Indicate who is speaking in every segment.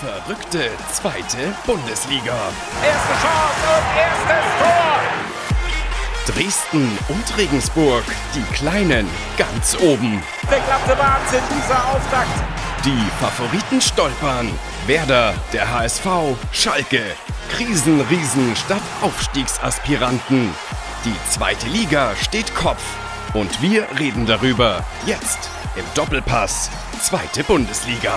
Speaker 1: verrückte zweite Bundesliga.
Speaker 2: Erste Chance und erstes Tor!
Speaker 1: Dresden und Regensburg, die Kleinen ganz oben.
Speaker 2: Der glatte Wahnsinn, dieser Auftakt.
Speaker 1: Die Favoriten stolpern. Werder, der HSV, Schalke. Krisenriesen statt Aufstiegsaspiranten. Die zweite Liga steht Kopf. Und wir reden darüber. Jetzt im Doppelpass. Zweite Bundesliga.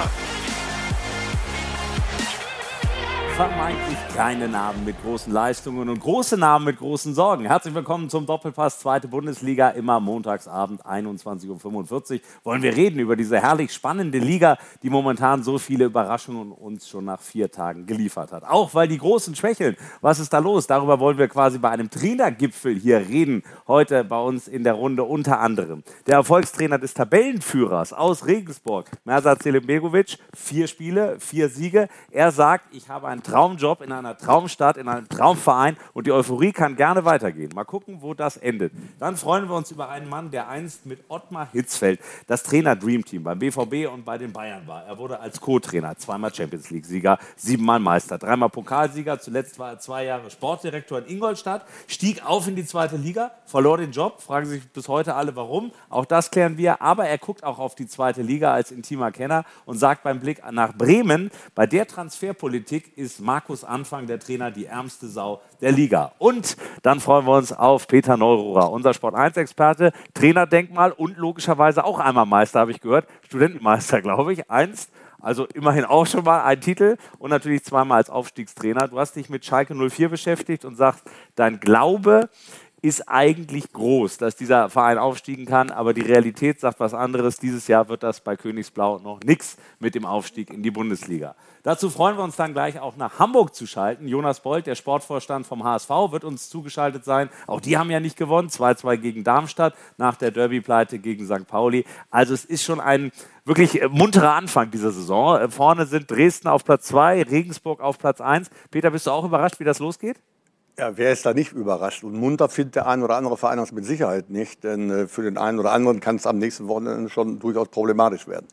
Speaker 3: Vermeintlich kleine Namen mit großen Leistungen und große Namen mit großen Sorgen. Herzlich willkommen zum Doppelpass Zweite Bundesliga. Immer montagsabend 21:45 Uhr wollen wir reden über diese herrlich spannende Liga, die momentan so viele Überraschungen uns schon nach 4 Tagen geliefert hat. Auch weil die Großen schwächeln. Was ist da los? Darüber wollen wir quasi bei einem Trainergipfel hier reden. Heute bei uns in der Runde unter anderem der Erfolgstrainer des Tabellenführers aus Regensburg, Mersat Selimbegovic. 4 Spiele, 4 Siege. Er sagt, ich habe einen Traumjob in einer Traumstadt, in einem Traumverein und die Euphorie kann gerne weitergehen. Mal gucken, wo das endet. Dann freuen wir uns über einen Mann, der einst mit Ottmar Hitzfeld das Trainer-Dreamteam beim BVB und bei den Bayern war. Er wurde als Co-Trainer 2-mal Champions-League-Sieger, 7-mal Meister, 3-mal Pokalsieger. Zuletzt war er 2 Jahre Sportdirektor in Ingolstadt, stieg auf in die zweite Liga, verlor den Job. Fragen sich bis heute alle, warum. Auch das klären wir. Aber er guckt auch auf die zweite Liga als intimer Kenner und sagt beim Blick nach Bremen, bei der Transferpolitik ist Markus Anfang, der Trainer, die ärmste Sau der Liga. Und dann freuen wir uns auf Peter Neururer, unser Sport1-Experte, Trainerdenkmal und logischerweise auch einmal Meister, habe ich gehört. Studentenmeister, glaube ich, einst. Also immerhin auch schon mal ein Titel und natürlich 2-mal als Aufstiegstrainer. Du hast dich mit Schalke 04 beschäftigt und sagst, dein Glaube ist eigentlich groß, dass dieser Verein aufstiegen kann, aber die Realität sagt was anderes. Dieses Jahr wird das bei Königsblau noch nichts mit dem Aufstieg in die Bundesliga. Dazu freuen wir uns dann gleich auch nach Hamburg zu schalten. Jonas Bold, der Sportvorstand vom HSV, wird uns zugeschaltet sein. Auch die haben ja nicht gewonnen, 2-2 gegen Darmstadt nach der Derby-Pleite gegen St. Pauli. Also es ist schon ein wirklich munterer Anfang dieser Saison. Vorne sind Dresden auf Platz 2, Regensburg auf Platz 1. Peter, bist du auch überrascht, wie das losgeht?
Speaker 4: Ja, wer ist da nicht überrascht? Und munter findet der ein oder andere Verein das mit Sicherheit nicht. Denn für den einen oder anderen kann es am nächsten Wochenende schon durchaus problematisch werden.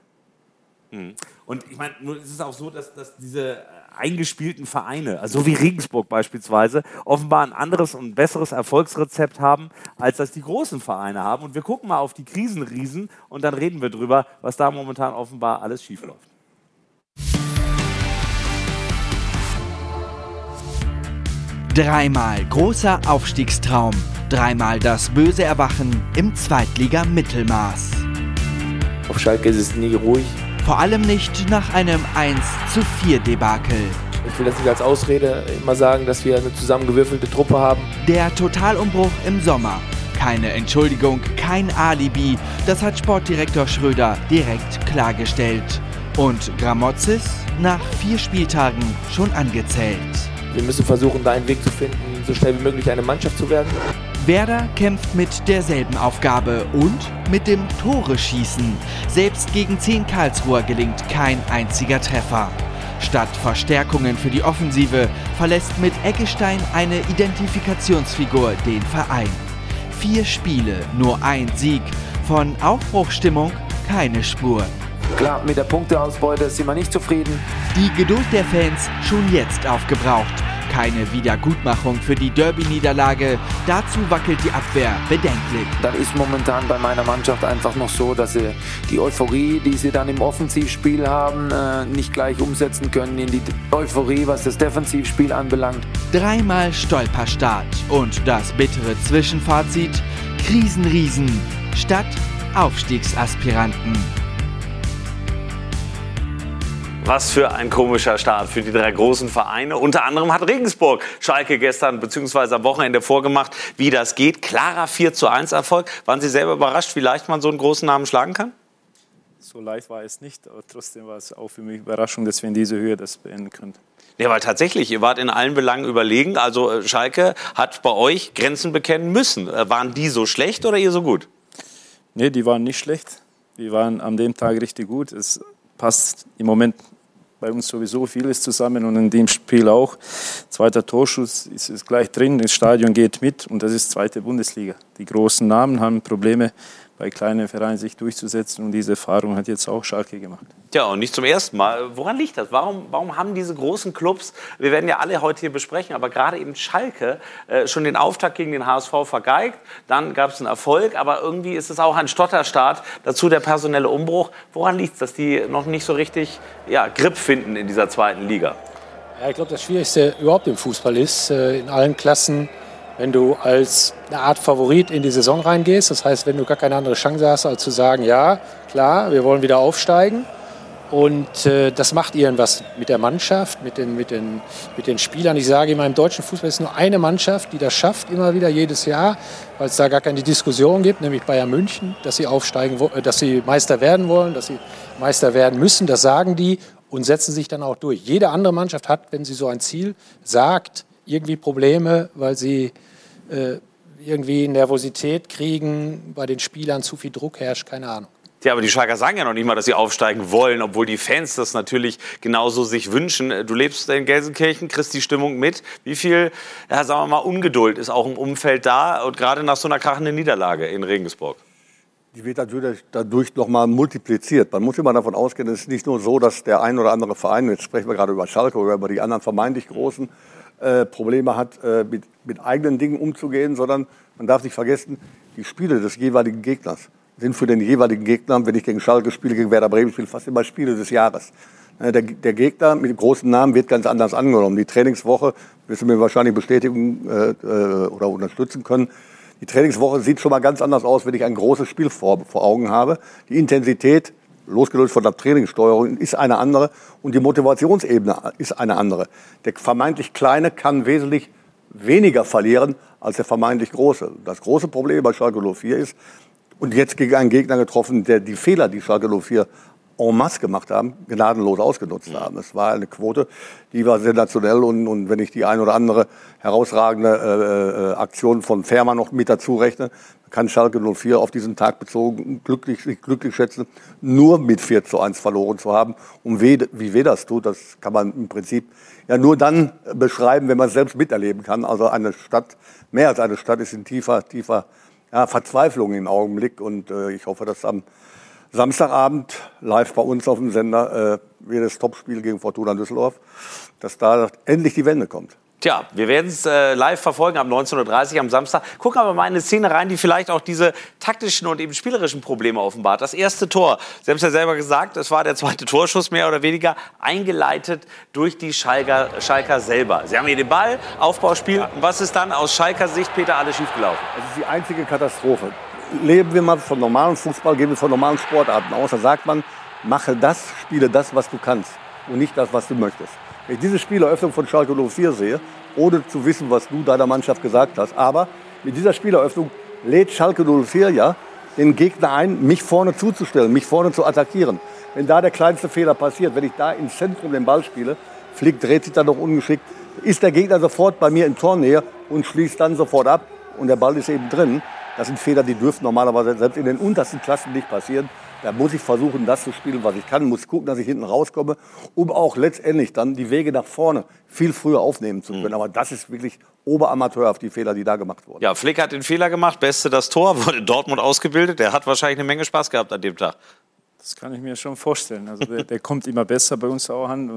Speaker 3: Und ich meine, es ist auch so, dass diese eingespielten Vereine, also so wie Regensburg beispielsweise, offenbar ein anderes und besseres Erfolgsrezept haben, als das die großen Vereine haben. Und wir gucken mal auf die Krisenriesen und dann reden wir drüber, was da momentan offenbar alles schiefläuft.
Speaker 5: Dreimal großer Aufstiegstraum, 3-mal das böse Erwachen im Zweitliga-Mittelmaß.
Speaker 6: Auf Schalke ist es nie ruhig.
Speaker 5: Vor allem nicht nach einem 1:4-Debakel.
Speaker 6: Ich will das nicht als Ausrede immer sagen, dass wir eine zusammengewürfelte Truppe haben.
Speaker 5: Der Totalumbruch im Sommer. Keine Entschuldigung, kein Alibi. Das hat Sportdirektor Schröder direkt klargestellt. Und Gramozis nach 4 Spieltagen schon angezählt.
Speaker 6: Wir müssen versuchen, da einen Weg zu finden, so schnell wie möglich eine Mannschaft zu werden.
Speaker 5: Werder kämpft mit derselben Aufgabe und mit dem Tore-Schießen. Selbst gegen 10 Karlsruher gelingt kein einziger Treffer. Statt Verstärkungen für die Offensive verlässt mit Eggestein eine Identifikationsfigur den Verein. 4 Spiele, nur 1 Sieg. Von Aufbruchsstimmung keine Spur.
Speaker 6: Klar, mit der Punkteausbeute sind wir nicht zufrieden.
Speaker 5: Die Geduld der Fans schon jetzt aufgebraucht. Keine Wiedergutmachung für die Derby-Niederlage. Dazu wackelt die Abwehr bedenklich.
Speaker 6: Dann ist momentan bei meiner Mannschaft einfach noch so, dass sie die Euphorie, die sie dann im Offensivspiel haben, nicht gleich umsetzen können in die Euphorie, was das Defensivspiel anbelangt.
Speaker 5: 3-mal Stolperstart und das bittere Zwischenfazit: Krisenriesen statt Aufstiegsaspiranten.
Speaker 7: Was für ein komischer Start für die 3 großen Vereine. Unter anderem hat Regensburg Schalke gestern bzw. am Wochenende vorgemacht, wie das geht. Klarer 4:1 Erfolg. Waren Sie selber überrascht, wie leicht man so einen großen Namen schlagen kann?
Speaker 8: So leicht war es nicht, aber trotzdem war es auch für mich Überraschung, dass wir in dieser Höhe das beenden können.
Speaker 7: Ja, weil tatsächlich, ihr wart in allen Belangen überlegen. Also Schalke hat bei euch Grenzen bekennen müssen. Waren die so schlecht oder ihr so gut?
Speaker 8: Nee, die waren nicht schlecht. Wir waren an dem Tag richtig gut. Es passt im Moment bei uns sowieso vieles zusammen und in dem Spiel auch. 2. Torschuss ist gleich drin, das Stadion geht mit und das ist 2. Bundesliga. Die großen Namen haben Probleme bei kleinen Vereinen sich durchzusetzen. Und diese Erfahrung hat jetzt auch Schalke gemacht.
Speaker 7: Ja, und nicht zum ersten Mal. Woran liegt das? Warum haben diese großen Clubs, wir werden ja alle heute hier besprechen, aber gerade eben Schalke schon den Auftakt gegen den HSV vergeigt? Dann gab es einen Erfolg, aber irgendwie ist es auch ein Stotterstart. Dazu der personelle Umbruch. Woran liegt es, dass die noch nicht so richtig Grip finden in dieser zweiten Liga?
Speaker 9: Ja, ich glaube, das Schwierigste überhaupt im Fußball ist, in allen Klassen, wenn du als eine Art Favorit in die Saison reingehst. Das heißt, wenn du gar keine andere Chance hast, als zu sagen, ja, klar, wir wollen wieder aufsteigen. Und das macht irgendwas mit der Mannschaft, mit den Spielern. Ich sage immer, im deutschen Fußball ist nur eine Mannschaft, die das schafft, immer wieder jedes Jahr, weil es da gar keine Diskussion gibt, nämlich Bayern München, dass sie aufsteigen, dass sie Meister werden wollen, dass sie Meister werden müssen. Das sagen die und setzen sich dann auch durch. Jede andere Mannschaft hat, wenn sie so ein Ziel sagt, irgendwie Probleme, weil sie irgendwie Nervosität kriegen, bei den Spielern zu viel Druck herrscht, keine Ahnung.
Speaker 7: Ja, aber die Schalker sagen ja noch nicht mal, dass sie aufsteigen wollen, obwohl die Fans das natürlich genauso sich wünschen. Du lebst in Gelsenkirchen, kriegst die Stimmung mit. Wie viel, sagen wir mal, Ungeduld ist auch im Umfeld da und gerade nach so einer krachenden Niederlage in Regensburg?
Speaker 4: Die wird natürlich dadurch noch mal multipliziert. Man muss immer davon ausgehen, es ist nicht nur so, dass der ein oder andere Verein, jetzt sprechen wir gerade über Schalke oder über die anderen vermeintlich großen, Probleme hat, mit eigenen Dingen umzugehen, sondern man darf nicht vergessen, die Spiele des jeweiligen Gegners sind für den jeweiligen Gegner, wenn ich gegen Schalke spiele, gegen Werder Bremen spiele, fast immer Spiele des Jahres. Der Gegner mit dem großen Namen wird ganz anders angenommen. Die Trainingswoche, wirst du mir wahrscheinlich bestätigen oder unterstützen können, die Trainingswoche sieht schon mal ganz anders aus, wenn ich ein großes Spiel vor Augen habe. Die Intensität, losgelöst von der Trainingssteuerung, ist eine andere und die Motivationsebene ist eine andere. Der vermeintlich Kleine kann wesentlich weniger verlieren als der vermeintlich Große. Das große Problem bei Schalke 04 ist, und jetzt gegen einen Gegner getroffen, der die Fehler, die Schalke 04 en masse gemacht haben, gnadenlos ausgenutzt haben. Es war eine Quote, die war sensationell und wenn ich die ein oder andere herausragende Aktion von Fährmann noch mit dazu rechne, kann Schalke 04 auf diesen Tag bezogen glücklich schätzen, nur mit 4:1 verloren zu haben. Und wie weh das tut, das kann man im Prinzip ja nur dann beschreiben, wenn man es selbst miterleben kann. Also eine Stadt, mehr als eine Stadt, ist in tiefer Verzweiflung im Augenblick und ich hoffe, dass am Samstagabend live bei uns auf dem Sender wird das Topspiel gegen Fortuna Düsseldorf, dass da endlich die Wende kommt.
Speaker 7: Tja, wir werden es live verfolgen ab 19:30 Uhr am Samstag. Gucken aber mal in eine Szene rein, die vielleicht auch diese taktischen und eben spielerischen Probleme offenbart. Das erste Tor, Sie haben es ja selber gesagt, es war der zweite Torschuss, mehr oder weniger, eingeleitet durch die Schalker selber. Sie haben hier den Ball, Aufbauspiel. Ja. Und was ist dann aus Schalker Sicht, Peter, alles schiefgelaufen?
Speaker 4: Das ist die einzige Katastrophe. Leben wir mal von normalen Fußball, gehen wir von normalen Sportarten aus. Da sagt man, mache das, spiele das, was du kannst und nicht das, was du möchtest. Wenn ich diese Spieleröffnung von Schalke 04 sehe, ohne zu wissen, was du deiner Mannschaft gesagt hast, aber mit dieser Spieleröffnung lädt Schalke 04 ja den Gegner ein, mich vorne zuzustellen, mich vorne zu attackieren. Wenn da der kleinste Fehler passiert, wenn ich da ins Zentrum den Ball spiele, dreht sich dann noch ungeschickt, ist der Gegner sofort bei mir in Tornähe und schließt dann sofort ab und der Ball ist eben drin. Das sind Fehler, die dürfen normalerweise selbst in den untersten Klassen nicht passieren. Da muss ich versuchen, das zu spielen, was ich kann. Muss gucken, dass ich hinten rauskomme, um auch letztendlich dann die Wege nach vorne viel früher aufnehmen zu können. Aber das ist wirklich oberamateurhaft, die Fehler, die da gemacht wurden.
Speaker 7: Ja, Flick hat den Fehler gemacht, beste das Tor, wurde in Dortmund ausgebildet. Der hat wahrscheinlich eine Menge Spaß gehabt an dem Tag.
Speaker 8: Das kann ich mir schon vorstellen. Also der kommt immer besser bei uns auch an. Und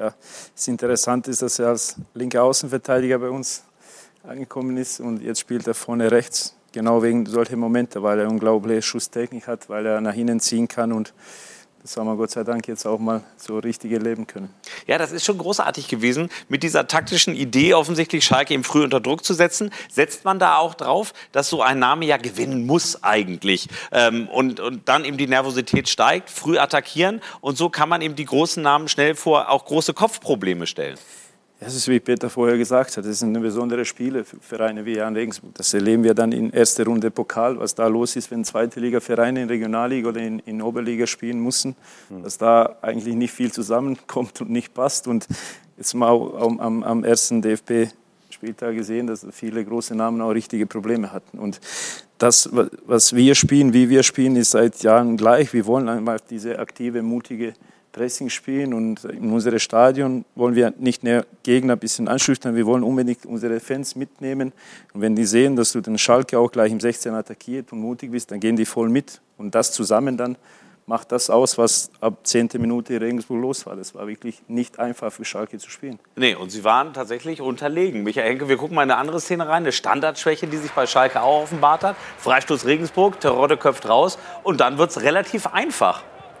Speaker 8: das Interessante ist, dass er als linker Außenverteidiger bei uns angekommen ist und jetzt spielt er vorne rechts. Genau wegen solcher Momente, weil er unglaubliche Schusstechnik hat, weil er nach innen ziehen kann und das haben wir Gott sei Dank jetzt auch mal so richtig erleben können.
Speaker 7: Ja, das ist schon großartig gewesen, mit dieser taktischen Idee offensichtlich Schalke eben früh unter Druck zu setzen. Setzt man da auch drauf, dass so ein Name ja gewinnen muss eigentlich und dann eben die Nervosität steigt, früh attackieren und so kann man eben die großen Namen schnell vor auch große Kopfprobleme stellen.
Speaker 8: Das ist, wie Peter vorher gesagt hat, das sind besondere Spiele für Vereine wie Jan Regensburg. Das erleben wir dann in erster Runde Pokal, was da los ist, wenn zweite Liga Vereine in Regionalliga oder in Oberliga spielen müssen, dass da eigentlich nicht viel zusammenkommt und nicht passt. Und jetzt mal am ersten DFB-Spieltag gesehen, dass viele große Namen auch richtige Probleme hatten. Und das, was wir spielen, wie wir spielen, ist seit Jahren gleich. Wir wollen einmal diese aktive, mutige Pressing spielen und in unserem Stadion wollen wir nicht nur Gegner ein bisschen anschüchtern, wir wollen unbedingt unsere Fans mitnehmen. Und wenn die sehen, dass du den Schalke auch gleich im 16 attackiert und mutig bist, dann gehen die voll mit. Und das zusammen dann macht das aus, was ab 10. Minute in Regensburg los war. Das war wirklich nicht einfach für Schalke zu spielen.
Speaker 7: Nee, und sie waren tatsächlich unterlegen. Michael Henke, wir gucken mal in eine andere Szene rein. Eine Standardschwäche, die sich bei Schalke auch offenbart hat. Freistoß Regensburg, Terodde köpft raus und dann wird es relativ einfach.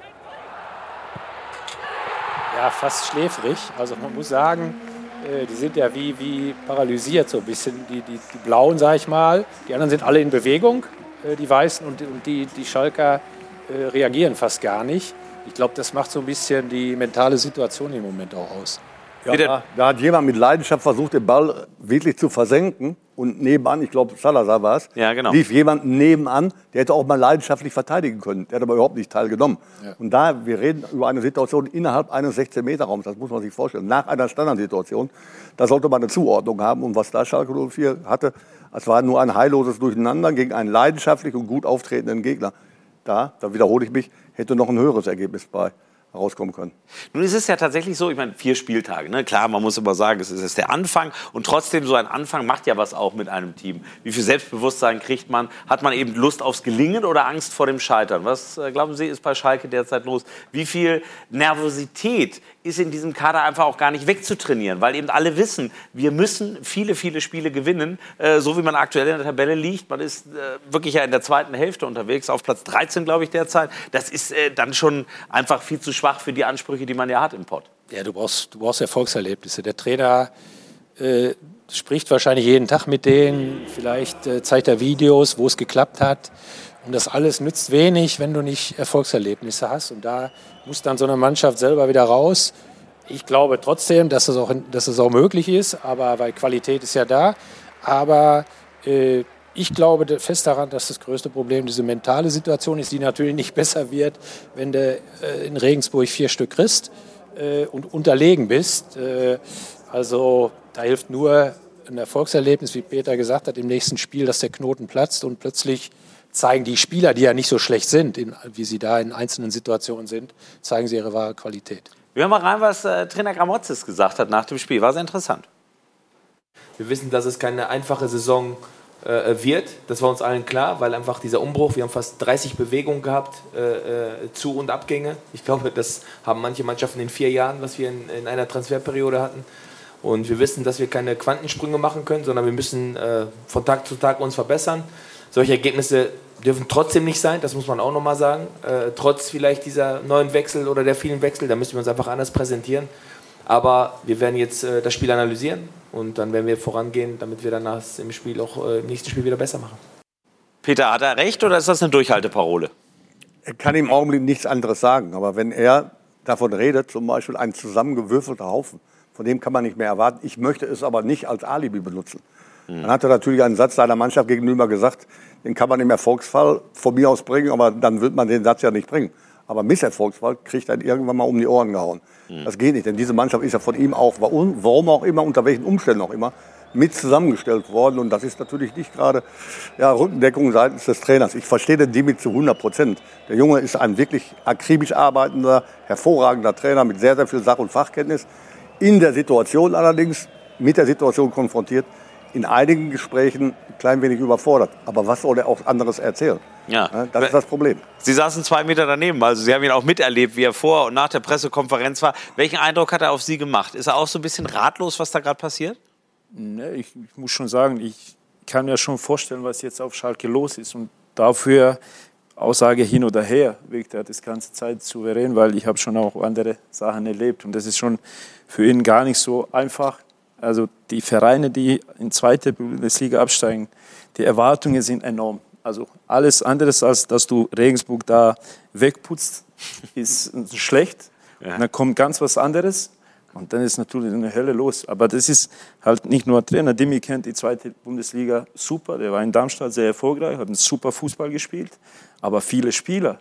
Speaker 9: Ja, fast schläfrig. Also man muss sagen, die sind ja wie paralysiert so ein bisschen. Die Blauen, sag ich mal. Die anderen sind alle in Bewegung, die Weißen und die Schalker reagieren fast gar nicht. Ich glaube, das macht so ein bisschen die mentale Situation im Moment auch aus.
Speaker 4: Ja, da hat jemand mit Leidenschaft versucht, den Ball wirklich zu versenken. Und nebenan, ich glaube, Salazar war es,
Speaker 7: ja, genau,
Speaker 4: lief jemand nebenan, der hätte auch mal leidenschaftlich verteidigen können. Der hat aber überhaupt nicht teilgenommen. Ja. Und wir reden über eine Situation innerhalb eines 16-Meter-Raums, das muss man sich vorstellen, nach einer Standardsituation. Da sollte man eine Zuordnung haben. Und was da Schalke 04 hatte, es war nur ein heilloses Durcheinander gegen einen leidenschaftlich und gut auftretenden Gegner. Da wiederhole ich mich, hätte noch ein höheres Ergebnis bei rauskommen können.
Speaker 7: Nun ist es ja tatsächlich so, ich meine, 4 Spieltage, ne? Klar, man muss immer sagen, es ist der Anfang und trotzdem so ein Anfang macht ja was auch mit einem Team. Wie viel Selbstbewusstsein kriegt man? Hat man eben Lust aufs Gelingen oder Angst vor dem Scheitern? Was, glauben Sie, ist bei Schalke derzeit los? Wie viel Nervosität ist in diesem Kader einfach auch gar nicht wegzutrainieren? Weil eben alle wissen, wir müssen viele, viele Spiele gewinnen, so wie man aktuell in der Tabelle liegt. Man ist wirklich ja in der zweiten Hälfte unterwegs, auf Platz 13, glaube ich, derzeit. Das ist dann schon einfach viel zu schwach für die Ansprüche, die man ja hat im Pott.
Speaker 9: Ja, du brauchst Erfolgserlebnisse. Der Trainer spricht wahrscheinlich jeden Tag mit denen, vielleicht zeigt er Videos, wo es geklappt hat. Und das alles nützt wenig, wenn du nicht Erfolgserlebnisse hast. Und da muss dann so eine Mannschaft selber wieder raus. Ich glaube trotzdem, dass es auch möglich ist, weil Qualität ist ja da. Aber ich glaube fest daran, dass das größte Problem diese mentale Situation ist, die natürlich nicht besser wird, wenn du in Regensburg 4 Stück kriegst und unterlegen bist. Also da hilft nur ein Erfolgserlebnis, wie Peter gesagt hat, im nächsten Spiel, dass der Knoten platzt und plötzlich zeigen die Spieler, die ja nicht so schlecht sind, wie sie da in einzelnen Situationen sind, zeigen sie ihre wahre Qualität.
Speaker 7: Wir hören mal rein, was Trainer Gramotzis gesagt hat nach dem Spiel. War sehr interessant.
Speaker 10: Wir wissen, dass es keine einfache Saison wird. Das war uns allen klar, weil einfach dieser Umbruch, wir haben fast 30 Bewegungen gehabt, Zu- und Abgänge. Ich glaube, das haben manche Mannschaften in 4 Jahren, was wir in einer Transferperiode hatten. Und wir wissen, dass wir keine Quantensprünge machen können, sondern wir müssen von Tag zu Tag uns verbessern. Solche Ergebnisse dürfen trotzdem nicht sein, das muss man auch nochmal sagen. Trotz vielleicht dieser neuen Wechsel oder der vielen Wechsel, da müssen wir uns einfach anders präsentieren. Aber wir werden jetzt das Spiel analysieren und dann werden wir vorangehen, damit wir danach im nächsten Spiel wieder besser machen.
Speaker 7: Peter, hat er recht oder ist das eine Durchhalteparole?
Speaker 4: Er kann im Augenblick nichts anderes sagen. Aber wenn er davon redet, zum Beispiel ein zusammengewürfelter Haufen, von dem kann man nicht mehr erwarten. Ich möchte es aber nicht als Alibi benutzen. Dann hat er natürlich einen Satz seiner Mannschaft gegenüber gesagt, den kann man im Erfolgsfall von mir aus bringen, aber dann wird man den Satz ja nicht bringen. Aber Misserfolgsfall kriegt er irgendwann mal um die Ohren gehauen. Das geht nicht, denn diese Mannschaft ist ja von ihm auch, warum auch immer, unter welchen Umständen auch immer, mit zusammengestellt worden. Und das ist natürlich nicht gerade Rückendeckung seitens des Trainers. Ich verstehe den Dimi zu 100%. Der Junge ist ein wirklich akribisch arbeitender, hervorragender Trainer mit sehr, sehr viel Sach- und Fachkenntnis. In der Situation allerdings, mit der Situation konfrontiert, in einigen Gesprächen ein klein wenig überfordert. Aber was soll er auch anderes erzählen?
Speaker 7: Ja.
Speaker 4: Das ist das Problem.
Speaker 7: Sie saßen 2 Meter daneben, also Sie haben ihn auch miterlebt, wie er vor und nach der Pressekonferenz war. Welchen Eindruck hat er auf Sie gemacht? Ist er auch so ein bisschen ratlos, was da gerade passiert?
Speaker 8: Nee, ich muss schon sagen, ich kann mir schon vorstellen, was jetzt auf Schalke los ist. Und dafür, Aussage hin oder her, wirkt er das ganze Zeit souverän, weil ich habe schon auch andere Sachen erlebt. Und das ist schon für ihn gar nicht so einfach. Also die Vereine, die in 2. Bundesliga absteigen, die Erwartungen sind enorm. Also alles anderes, als dass du Regensburg da wegputzt, ist schlecht. Ja. Und dann kommt ganz was anderes und dann ist natürlich eine Hölle los. Aber das ist halt nicht nur ein Trainer. Dimi kennt die 2. Bundesliga super. Der war in Darmstadt sehr erfolgreich, hat einen super Fußball gespielt. Aber viele Spieler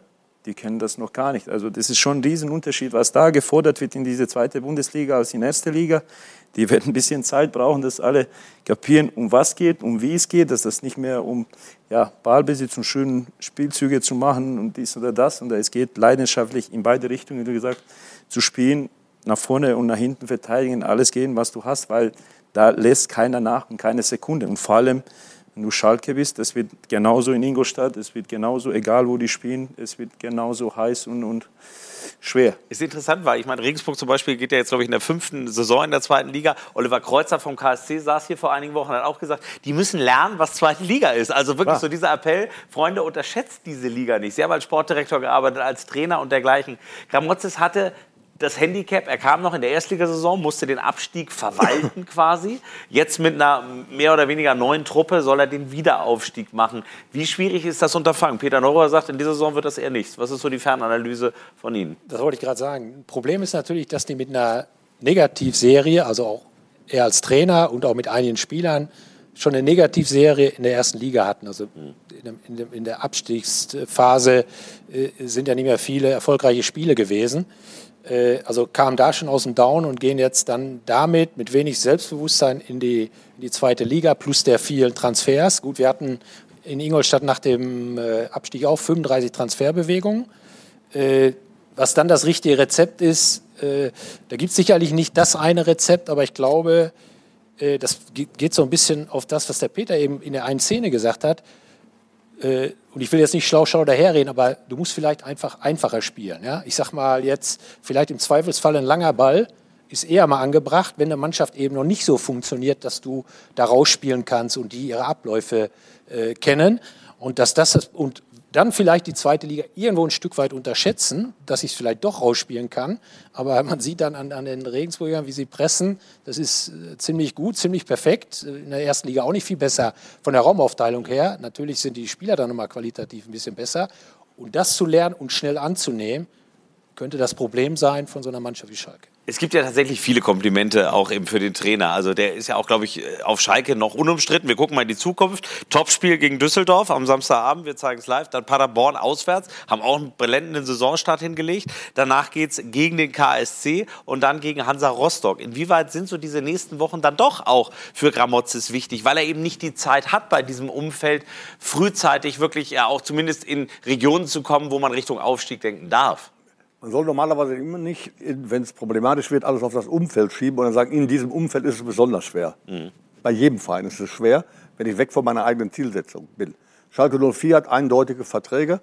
Speaker 8: die kennen das noch gar nicht. Also das ist schon ein Riesenunterschied, was da gefordert wird in diese zweite Bundesliga als in erste Liga. Die werden ein bisschen Zeit brauchen, dass alle kapieren, um was geht, um wie es geht, dass das nicht mehr um Ballbesitz und schöne Spielzüge zu machen und dies oder das. Und es geht leidenschaftlich in beide Richtungen, wie du gesagt, zu spielen, nach vorne und nach hinten verteidigen, alles gehen, was du hast, weil da lässt keiner nach und keine Sekunde. Und vor allem, wenn du Schalke bist, das wird genauso in Ingolstadt, es wird genauso, egal wo die spielen, es wird genauso heiß und schwer.
Speaker 7: Ist interessant, weil ich meine, Regensburg zum Beispiel geht ja jetzt, glaube ich, in der 5. Saison in der 2. Liga. Oliver Kreuzer vom KSC saß hier vor einigen Wochen und hat auch gesagt, die müssen lernen, was 2. Liga ist. Also wirklich so dieser Appell, Freunde, unterschätzt diese Liga nicht. Sie haben als Sportdirektor gearbeitet, als Trainer und dergleichen. Gramotzes hatte das Handicap, er kam noch in der Erstligasaison, musste den Abstieg verwalten quasi. Jetzt mit einer mehr oder weniger neuen Truppe soll er den Wiederaufstieg machen. Wie schwierig ist das Unterfangen? Peter Neurohr sagt, in dieser Saison wird das eher nichts. Was ist so die Fernanalyse von Ihnen?
Speaker 9: Das wollte ich gerade sagen. Problem ist natürlich, dass die mit einer Negativserie, also auch er als Trainer und auch mit einigen Spielern, schon eine Negativserie in der ersten Liga hatten. Also in der Abstiegsphase sind ja nicht mehr viele erfolgreiche Spiele gewesen. Also kamen da schon aus dem Down und gehen jetzt dann damit mit wenig Selbstbewusstsein in die zweite Liga plus der vielen Transfers. Gut, wir hatten in Ingolstadt nach dem Abstieg auch 35 Transferbewegungen. Was dann das richtige Rezept ist, da gibt es sicherlich nicht das eine Rezept, aber ich glaube, das geht so ein bisschen auf das, was der Peter eben in der einen Szene gesagt hat. Und ich will jetzt nicht schlau daherreden, aber du musst vielleicht einfach einfacher spielen. Ja? Ich sag mal jetzt, vielleicht im Zweifelsfall ein langer Ball ist eher mal angebracht, wenn eine Mannschaft eben noch nicht so funktioniert, dass du da rausspielen kannst und die ihre Abläufe kennen. Und und dann vielleicht die zweite Liga irgendwo ein Stück weit unterschätzen, dass ich es vielleicht doch rausspielen kann. Aber man sieht dann an den Regensburgern, wie sie pressen, das ist ziemlich gut, ziemlich perfekt. In der ersten Liga auch nicht viel besser von der Raumaufteilung her. Natürlich sind die Spieler dann nochmal qualitativ ein bisschen besser. Und das zu lernen und schnell anzunehmen, könnte das Problem sein von so einer Mannschaft wie Schalke.
Speaker 7: Es gibt ja tatsächlich viele Komplimente auch eben für den Trainer. Also der ist ja auch, glaube ich, auf Schalke noch unumstritten. Wir gucken mal in die Zukunft. Topspiel gegen Düsseldorf am Samstagabend. Wir zeigen es live. Dann Paderborn auswärts. Haben auch einen blendenden Saisonstart hingelegt. Danach geht es gegen den KSC und dann gegen Hansa Rostock. Inwieweit sind so diese nächsten Wochen dann doch auch für Gramotzes wichtig? Weil er eben nicht die Zeit hat, bei diesem Umfeld frühzeitig wirklich auch zumindest in Regionen zu kommen, wo man Richtung Aufstieg denken darf.
Speaker 4: Man soll normalerweise immer nicht, wenn es problematisch wird, alles auf das Umfeld schieben und dann sagen, in diesem Umfeld ist es besonders schwer. Bei jedem Verein ist es schwer, wenn ich weg von meiner eigenen Zielsetzung bin. Schalke 04 hat eindeutige Verträge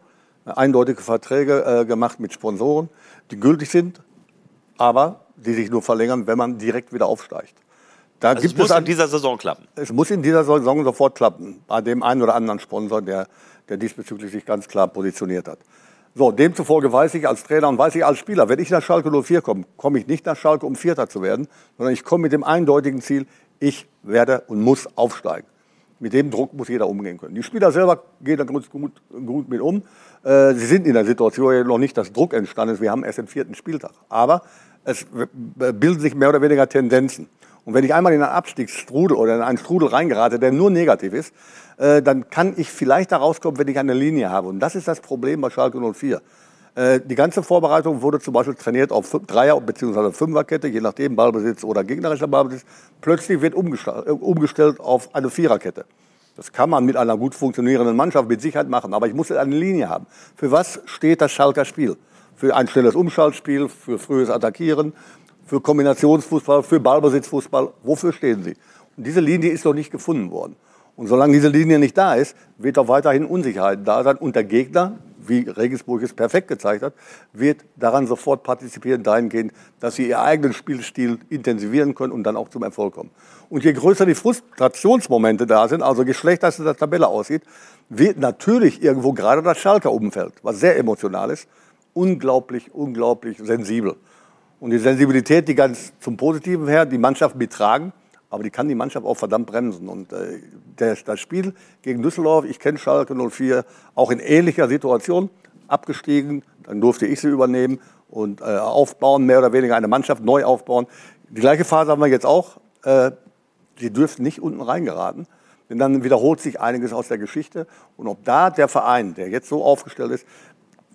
Speaker 4: gemacht mit Sponsoren, die gültig sind, aber die sich nur verlängern, wenn man direkt wieder aufsteigt.
Speaker 7: Also es muss in dieser Saison klappen?
Speaker 4: Es muss in dieser Saison sofort klappen, bei dem einen oder anderen Sponsor, der diesbezüglich sich ganz klar positioniert hat. So, demzufolge weiß ich als Trainer und weiß ich als Spieler, wenn ich nach Schalke 04 komme, komme ich nicht nach Schalke, um Vierter zu werden, sondern ich komme mit dem eindeutigen Ziel, ich werde und muss aufsteigen. Mit dem Druck muss jeder umgehen können. Die Spieler selber gehen da gut mit um. Sie sind in der Situation noch nicht, dass Druck entstanden ist. Wir haben erst den 4. Spieltag. Aber es bilden sich mehr oder weniger Tendenzen. Und wenn ich einmal in einen Abstiegsstrudel oder in einen Strudel reingerate, der nur negativ ist, dann kann ich vielleicht da rauskommen, wenn ich eine Linie habe. Und das ist das Problem bei Schalke 04. Die ganze Vorbereitung wurde zum Beispiel trainiert auf Dreier- bzw. Fünferkette, je nachdem Ballbesitz oder gegnerischer Ballbesitz. Plötzlich wird umgestellt auf eine Viererkette. Das kann man mit einer gut funktionierenden Mannschaft mit Sicherheit machen, aber ich muss eine Linie haben. Für was steht das Schalker Spiel? Für ein schnelles Umschaltspiel, für frühes Attackieren, für Kombinationsfußball, für Ballbesitzfußball. Wofür stehen sie? Und diese Linie ist noch nicht gefunden worden. Und solange diese Linie nicht da ist, wird auch weiterhin Unsicherheit da sein. Und der Gegner, wie Regensburg es perfekt gezeigt hat, wird daran sofort partizipieren, dahingehend, dass sie ihren eigenen Spielstil intensivieren können und dann auch zum Erfolg kommen. Und je größer die Frustrationsmomente da sind, also je schlechter es in der Tabelle aussieht, wird natürlich irgendwo gerade das Schalker Umfeld, was sehr emotional ist, unglaublich sensibel. Und die Sensibilität, die ganz zum Positiven her die Mannschaft mittragen, aber die kann die Mannschaft auch verdammt bremsen. Und das Spiel gegen Düsseldorf, ich kenne Schalke 04, auch in ähnlicher Situation, abgestiegen, dann durfte ich sie übernehmen und aufbauen, mehr oder weniger eine Mannschaft neu aufbauen. Die gleiche Phase haben wir jetzt auch. Sie dürfen nicht unten reingeraten, denn dann wiederholt sich einiges aus der Geschichte. Und ob da der Verein, der jetzt so aufgestellt ist,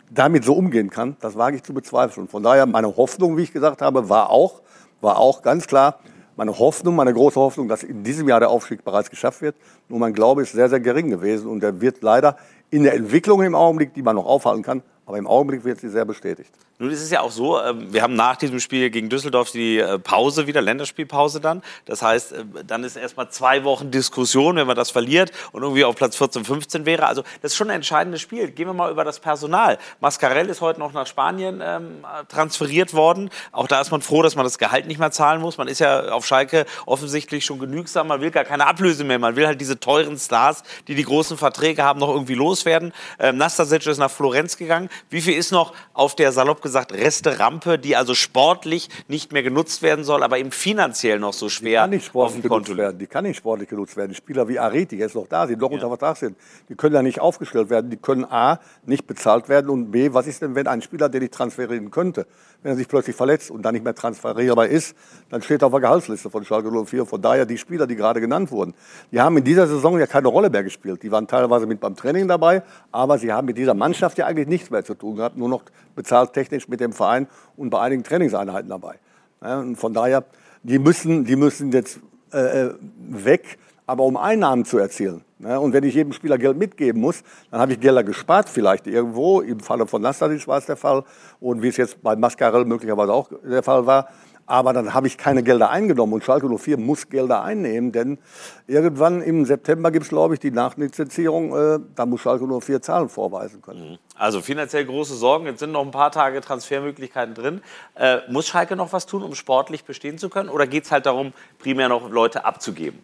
Speaker 4: damit so umgehen kann, das wage ich zu bezweifeln. Von daher, meine Hoffnung, wie ich gesagt habe, war auch ganz klar, meine große Hoffnung, dass in diesem Jahr der Aufstieg bereits geschafft wird. Nur mein Glaube ist sehr, sehr gering gewesen und der wird leider in der Entwicklung im Augenblick, die man noch aufhalten kann, aber im Augenblick wird sie sehr bestätigt.
Speaker 7: Nun ist es ja auch so, wir haben nach diesem Spiel gegen Düsseldorf die Pause wieder, Länderspielpause dann. Das heißt, dann ist erstmal 2 Wochen Diskussion, wenn man das verliert und irgendwie auf Platz 14, 15 wäre. Also das ist schon ein entscheidendes Spiel. Gehen wir mal über das Personal. Mascarell ist heute noch nach Spanien transferiert worden. Auch da ist man froh, dass man das Gehalt nicht mehr zahlen muss. Man ist ja auf Schalke offensichtlich schon genügsam. Man will gar keine Ablöse mehr. Man will halt diese teuren Stars, die großen Verträge haben, noch irgendwie loswerden. Nastasic ist nach Florenz gegangen. Wie viel ist noch auf der salopp gesagt Reste-Rampe, die also sportlich nicht mehr genutzt werden soll, aber eben finanziell noch so schwer auf dem Konto liegt?
Speaker 4: Die kann nicht sportlich genutzt werden. Die Spieler wie Areti, die jetzt noch da sind, noch unter Vertrag sind, die können ja nicht aufgestellt werden. Die können A, nicht bezahlt werden und B, was ist denn, wenn ein Spieler, der nicht transferieren könnte, wenn er sich plötzlich verletzt und dann nicht mehr transferierbar ist, dann steht er auf der Gehaltsliste von Schalke 04. Von daher die Spieler, die gerade genannt wurden, die haben in dieser Saison ja keine Rolle mehr gespielt. Die waren teilweise mit beim Training dabei, aber sie haben mit dieser Mannschaft ja eigentlich nichts mehr zu tun gehabt, nur noch bezahlt technisch mit dem Verein und bei einigen Trainingseinheiten dabei. Ja, und von daher, die müssen jetzt weg, aber um Einnahmen zu erzielen. Ja, und wenn ich jedem Spieler Geld mitgeben muss, dann habe ich Gelder gespart vielleicht irgendwo. Im Falle von Nastasic war es der Fall und wie es jetzt bei Mascarell möglicherweise auch der Fall war. Aber dann habe ich keine Gelder eingenommen und Schalke 04 muss Gelder einnehmen, denn irgendwann im September gibt es, glaube ich, die Nachlizenzierung, da muss Schalke 04 Zahlen vorweisen können.
Speaker 7: Also finanziell große Sorgen, jetzt sind noch ein paar Tage Transfermöglichkeiten drin. Muss Schalke noch was tun, um sportlich bestehen zu können oder geht es halt darum, primär noch Leute abzugeben?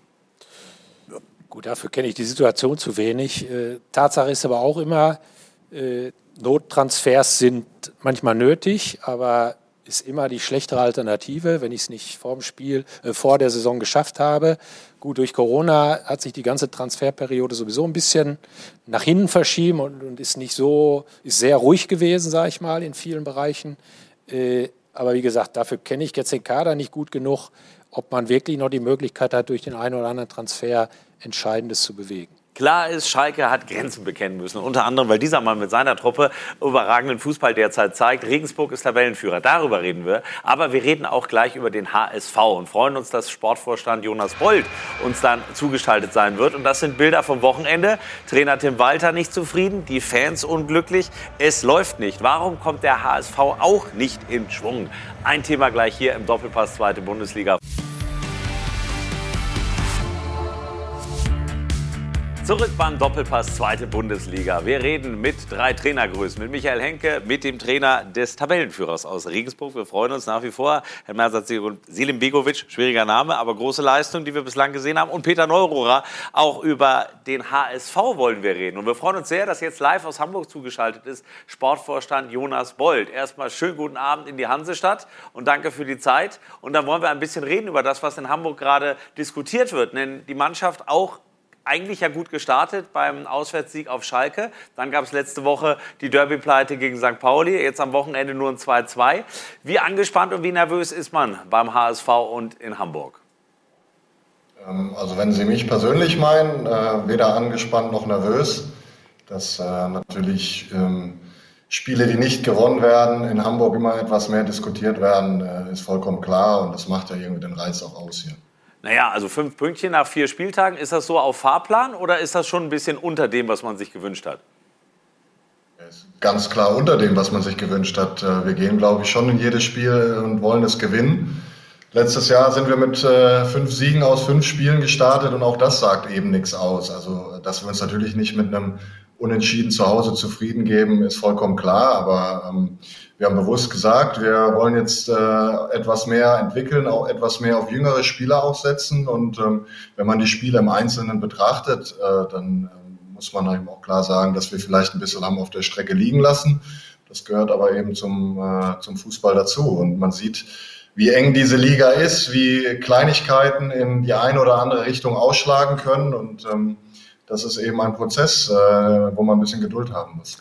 Speaker 9: Gut, dafür kenne ich die Situation zu wenig. Tatsache ist aber auch immer, Nottransfers sind manchmal nötig, aber ist immer die schlechtere Alternative, wenn ich es nicht vor der Saison geschafft habe. Gut, durch Corona hat sich die ganze Transferperiode sowieso ein bisschen nach hinten verschieben und ist sehr ruhig gewesen, sage ich mal, in vielen Bereichen. Aber wie gesagt, dafür kenne ich jetzt den Kader nicht gut genug, ob man wirklich noch die Möglichkeit hat, durch den einen oder anderen Transfer Entscheidendes zu bewegen.
Speaker 7: Klar ist, Schalke hat Grenzen bekennen müssen. Unter anderem, weil dieser Mann mit seiner Truppe überragenden Fußball derzeit zeigt. Regensburg ist Tabellenführer. Darüber reden wir. Aber wir reden auch gleich über den HSV und freuen uns, dass Sportvorstand Jonas Bold uns dann zugeschaltet sein wird. Und das sind Bilder vom Wochenende. Trainer Tim Walter nicht zufrieden, die Fans unglücklich. Es läuft nicht. Warum kommt der HSV auch nicht in Schwung? Ein Thema gleich hier im Doppelpass 2. Bundesliga. Zurück beim Doppelpass 2. Bundesliga. Wir reden mit 3 Trainergrößen. Mit Michael Henke, mit dem Trainer des Tabellenführers aus Regensburg. Wir freuen uns nach wie vor. Herr Mersat Selimbegovic, schwieriger Name, aber große Leistung, die wir bislang gesehen haben. Und Peter Neururer, auch über den HSV wollen wir reden. Und wir freuen uns sehr, dass jetzt live aus Hamburg zugeschaltet ist Sportvorstand Jonas Bold. Erstmal schönen guten Abend in die Hansestadt und danke für die Zeit. Und dann wollen wir ein bisschen reden über das, was in Hamburg gerade diskutiert wird. Denn die Mannschaft auch eigentlich ja gut gestartet beim Auswärtssieg auf Schalke. Dann gab es letzte Woche die Derby-Pleite gegen St. Pauli. Jetzt am Wochenende nur ein 2-2. Wie angespannt und wie nervös ist man beim HSV und in Hamburg?
Speaker 11: Also wenn Sie mich persönlich meinen, weder angespannt noch nervös. Dass natürlich Spiele, die nicht gewonnen werden, in Hamburg immer etwas mehr diskutiert werden, ist vollkommen klar. Und das macht ja irgendwie den Reiz auch aus hier.
Speaker 7: Naja, also 5 Pünktchen nach 4 Spieltagen. Ist das so auf Fahrplan oder ist das schon ein bisschen unter dem, was man sich gewünscht hat?
Speaker 11: Ganz klar unter dem, was man sich gewünscht hat. Wir gehen, glaube ich, schon in jedes Spiel und wollen es gewinnen. Letztes Jahr sind wir mit 5 Siegen aus 5 Spielen gestartet und auch das sagt eben nichts aus. Also, dass wir uns natürlich nicht mit einem Unentschieden zu Hause zufrieden geben, ist vollkommen klar. Aber wir haben bewusst gesagt, wir wollen jetzt etwas mehr entwickeln, auch etwas mehr auf jüngere Spieler aufsetzen. Und wenn man die Spiele im Einzelnen betrachtet, dann muss man eben auch klar sagen, dass wir vielleicht ein bisschen haben auf der Strecke liegen lassen. Das gehört aber eben zum Fußball dazu. Und man sieht, wie eng diese Liga ist, wie Kleinigkeiten in die eine oder andere Richtung ausschlagen können. Und das ist eben ein Prozess, wo man ein bisschen Geduld haben muss.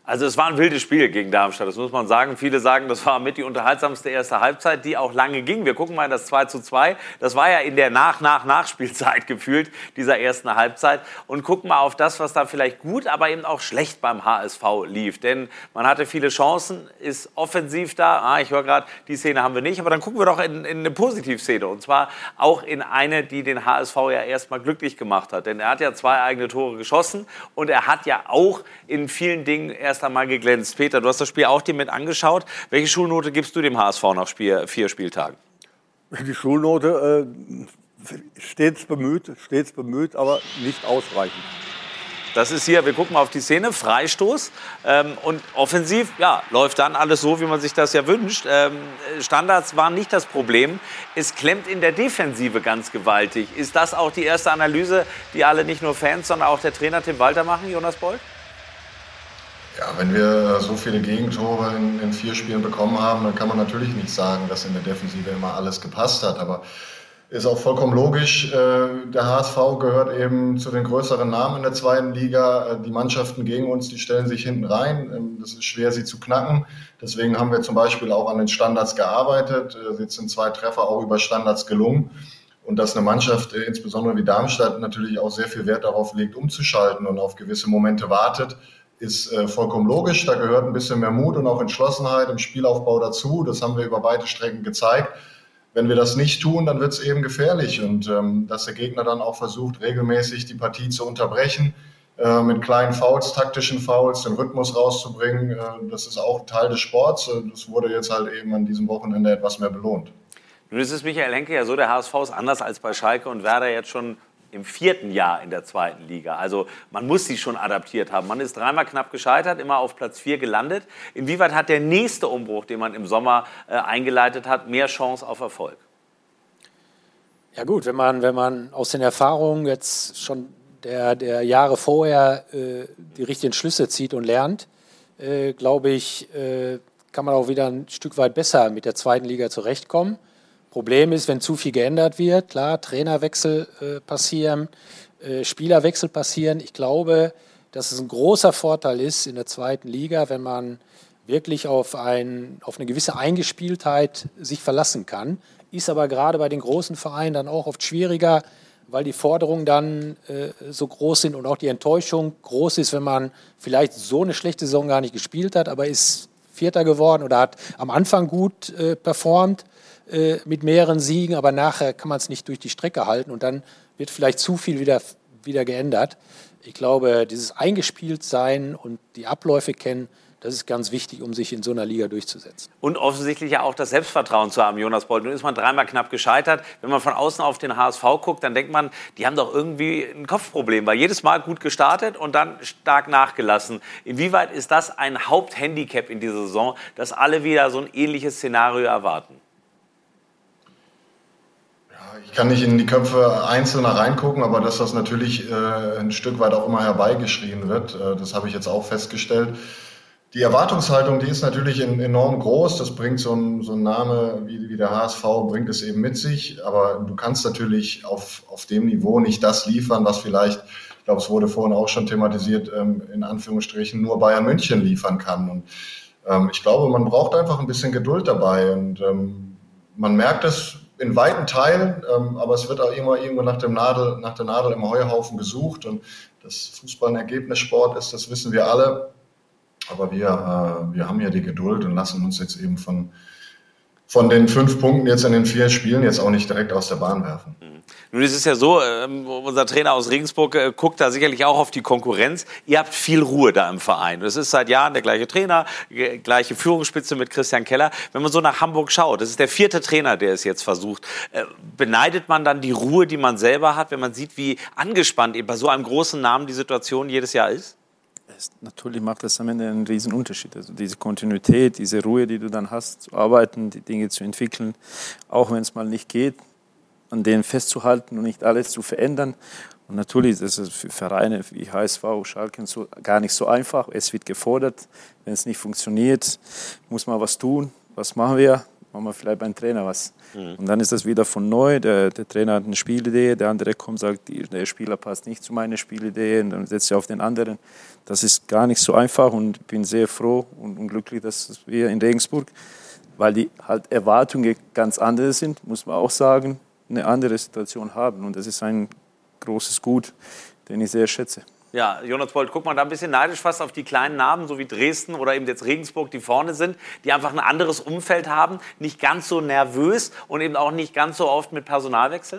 Speaker 7: Also es war ein wildes Spiel gegen Darmstadt, das muss man sagen. Viele sagen, das war mit die unterhaltsamste erste Halbzeit, die auch lange ging. Wir gucken mal in das 2:2. Das war ja in der Nachspielzeit gefühlt, dieser ersten Halbzeit. Und gucken mal auf das, was da vielleicht gut, aber eben auch schlecht beim HSV lief. Denn man hatte viele Chancen, ist offensiv da. Ich höre gerade, die Szene haben wir nicht. Aber dann gucken wir doch in eine Positivszene. Und zwar auch in eine, die den HSV ja erstmal glücklich gemacht hat. Denn er hat ja 2 eigene Tore geschossen. Und er hat ja auch in vielen Dingen erst einmal geglänzt. Peter, du hast das Spiel auch dir mit angeschaut. Welche Schulnote gibst du dem HSV nach 4 Spieltagen?
Speaker 4: Die Schulnote stets bemüht, aber nicht ausreichend.
Speaker 7: Das ist hier, wir gucken mal auf die Szene, Freistoß und offensiv, ja, läuft dann alles so, wie man sich das ja wünscht. Standards waren nicht das Problem. Es klemmt in der Defensive ganz gewaltig. Ist das auch die erste Analyse, die alle, nicht nur Fans, sondern auch der Trainer Tim Walter machen, Jonas Bold?
Speaker 11: Ja, wenn wir so viele Gegentore in 4 Spielen bekommen haben, dann kann man natürlich nicht sagen, dass in der Defensive immer alles gepasst hat. Aber ist auch vollkommen logisch. Der HSV gehört eben zu den größeren Namen in der 2. Liga. Die Mannschaften gegen uns, die stellen sich hinten rein. Das ist schwer, sie zu knacken. Deswegen haben wir zum Beispiel auch an den Standards gearbeitet. Jetzt sind 2 Treffer auch über Standards gelungen. Und dass eine Mannschaft, insbesondere wie Darmstadt, natürlich auch sehr viel Wert darauf legt, umzuschalten und auf gewisse Momente wartet, ist vollkommen logisch. Da gehört ein bisschen mehr Mut und auch Entschlossenheit im Spielaufbau dazu. Das haben wir über weite Strecken gezeigt. Wenn wir das nicht tun, dann wird es eben gefährlich. Und dass der Gegner dann auch versucht, regelmäßig die Partie zu unterbrechen, mit kleinen Fouls, taktischen Fouls, den Rhythmus rauszubringen, das ist auch Teil des Sports. Das wurde jetzt halt eben an diesem Wochenende etwas mehr belohnt.
Speaker 7: Nun ist es Michael Henke ja so, der HSV ist anders als bei Schalke und Werder jetzt schon im 4. Jahr in der 2. Liga. Also man muss sie schon adaptiert haben. Man ist 3-mal knapp gescheitert, immer auf Platz 4 gelandet. Inwieweit hat der nächste Umbruch, den man im Sommer eingeleitet hat, mehr Chance auf Erfolg?
Speaker 9: Ja gut, wenn man aus den Erfahrungen jetzt schon der Jahre vorher die richtigen Schlüsse zieht und lernt, glaube ich, kann man auch wieder ein Stück weit besser mit der 2. Liga zurechtkommen. Problem ist, wenn zu viel geändert wird, klar, Trainerwechsel passieren, Spielerwechsel passieren. Ich glaube, dass es ein großer Vorteil ist in der 2. Liga, wenn man wirklich auf eine gewisse Eingespieltheit sich verlassen kann. Ist aber gerade bei den großen Vereinen dann auch oft schwieriger, weil die Forderungen dann so groß sind und auch die Enttäuschung groß ist, wenn man vielleicht so eine schlechte Saison gar nicht gespielt hat, aber ist Vierter geworden oder hat am Anfang gut performt mit mehreren Siegen, aber nachher kann man es nicht durch die Strecke halten und dann wird vielleicht zu viel wieder geändert. Ich glaube, dieses Eingespieltsein und die Abläufe kennen, das ist ganz wichtig, um sich in so einer Liga durchzusetzen.
Speaker 7: Und offensichtlich ja auch das Selbstvertrauen zu haben, Jonas Bold. Nun ist man 3-mal knapp gescheitert. Wenn man von außen auf den HSV guckt, dann denkt man, die haben doch irgendwie ein Kopfproblem, weil jedes Mal gut gestartet und dann stark nachgelassen. Inwieweit ist das ein Haupthandicap in dieser Saison, dass alle wieder so ein ähnliches Szenario erwarten?
Speaker 11: Ich kann nicht in die Köpfe Einzelner reingucken, aber dass das natürlich ein Stück weit auch immer herbeigeschrien wird, das habe ich jetzt auch festgestellt. Die Erwartungshaltung, die ist natürlich enorm groß. Das bringt so ein Name wie der HSV, bringt es eben mit sich. Aber du kannst natürlich auf dem Niveau nicht das liefern, was vielleicht, ich glaube, es wurde vorhin auch schon thematisiert, in Anführungsstrichen nur Bayern München liefern kann. Und ich glaube, man braucht einfach ein bisschen Geduld dabei. Und man merkt es in weiten Teilen, aber es wird auch immer irgendwo nach der Nadel im Heuhaufen gesucht. Und dass Fußball ein Ergebnissport ist, das wissen wir alle. Aber wir haben ja die Geduld und lassen uns jetzt eben von den 5 Punkten jetzt in den 4 Spielen jetzt auch nicht direkt aus der Bahn werfen.
Speaker 7: Nun ist es ja so, unser Trainer aus Regensburg guckt da sicherlich auch auf die Konkurrenz. Ihr habt viel Ruhe da im Verein. Es ist seit Jahren der gleiche Trainer, gleiche Führungsspitze mit Christian Keller. Wenn man so nach Hamburg schaut, das ist der 4. Trainer, der es jetzt versucht. Beneidet man dann die Ruhe, die man selber hat, wenn man sieht, wie angespannt eben bei so einem großen Namen die Situation jedes Jahr ist?
Speaker 8: Natürlich macht das am Ende einen riesen Unterschied. Also diese Kontinuität, diese Ruhe, die du dann hast, zu arbeiten, die Dinge zu entwickeln, auch wenn es mal nicht geht, an denen festzuhalten und nicht alles zu verändern. Und natürlich ist es für Vereine wie HSV, Schalke gar nicht so einfach. Es wird gefordert. Wenn es nicht funktioniert, muss man was tun. Was machen wir? machen wir vielleicht beim Trainer was. Und dann ist das wieder von neu, der Trainer hat eine Spielidee, der andere kommt und sagt, der Spieler passt nicht zu meiner Spielidee und dann setzt er auf den anderen. Das ist gar nicht so einfach und ich bin sehr froh und glücklich, dass wir in Regensburg, weil die halt Erwartungen ganz andere sind, muss man auch sagen, eine andere Situation haben. Und das ist ein großes Gut, den ich sehr schätze.
Speaker 7: Ja, Jonas Bold, guck mal da ein bisschen neidisch fast auf die kleinen Namen, so wie Dresden oder eben jetzt Regensburg, die vorne sind, die einfach ein anderes Umfeld haben, nicht ganz so nervös und eben auch nicht ganz so oft mit Personalwechseln?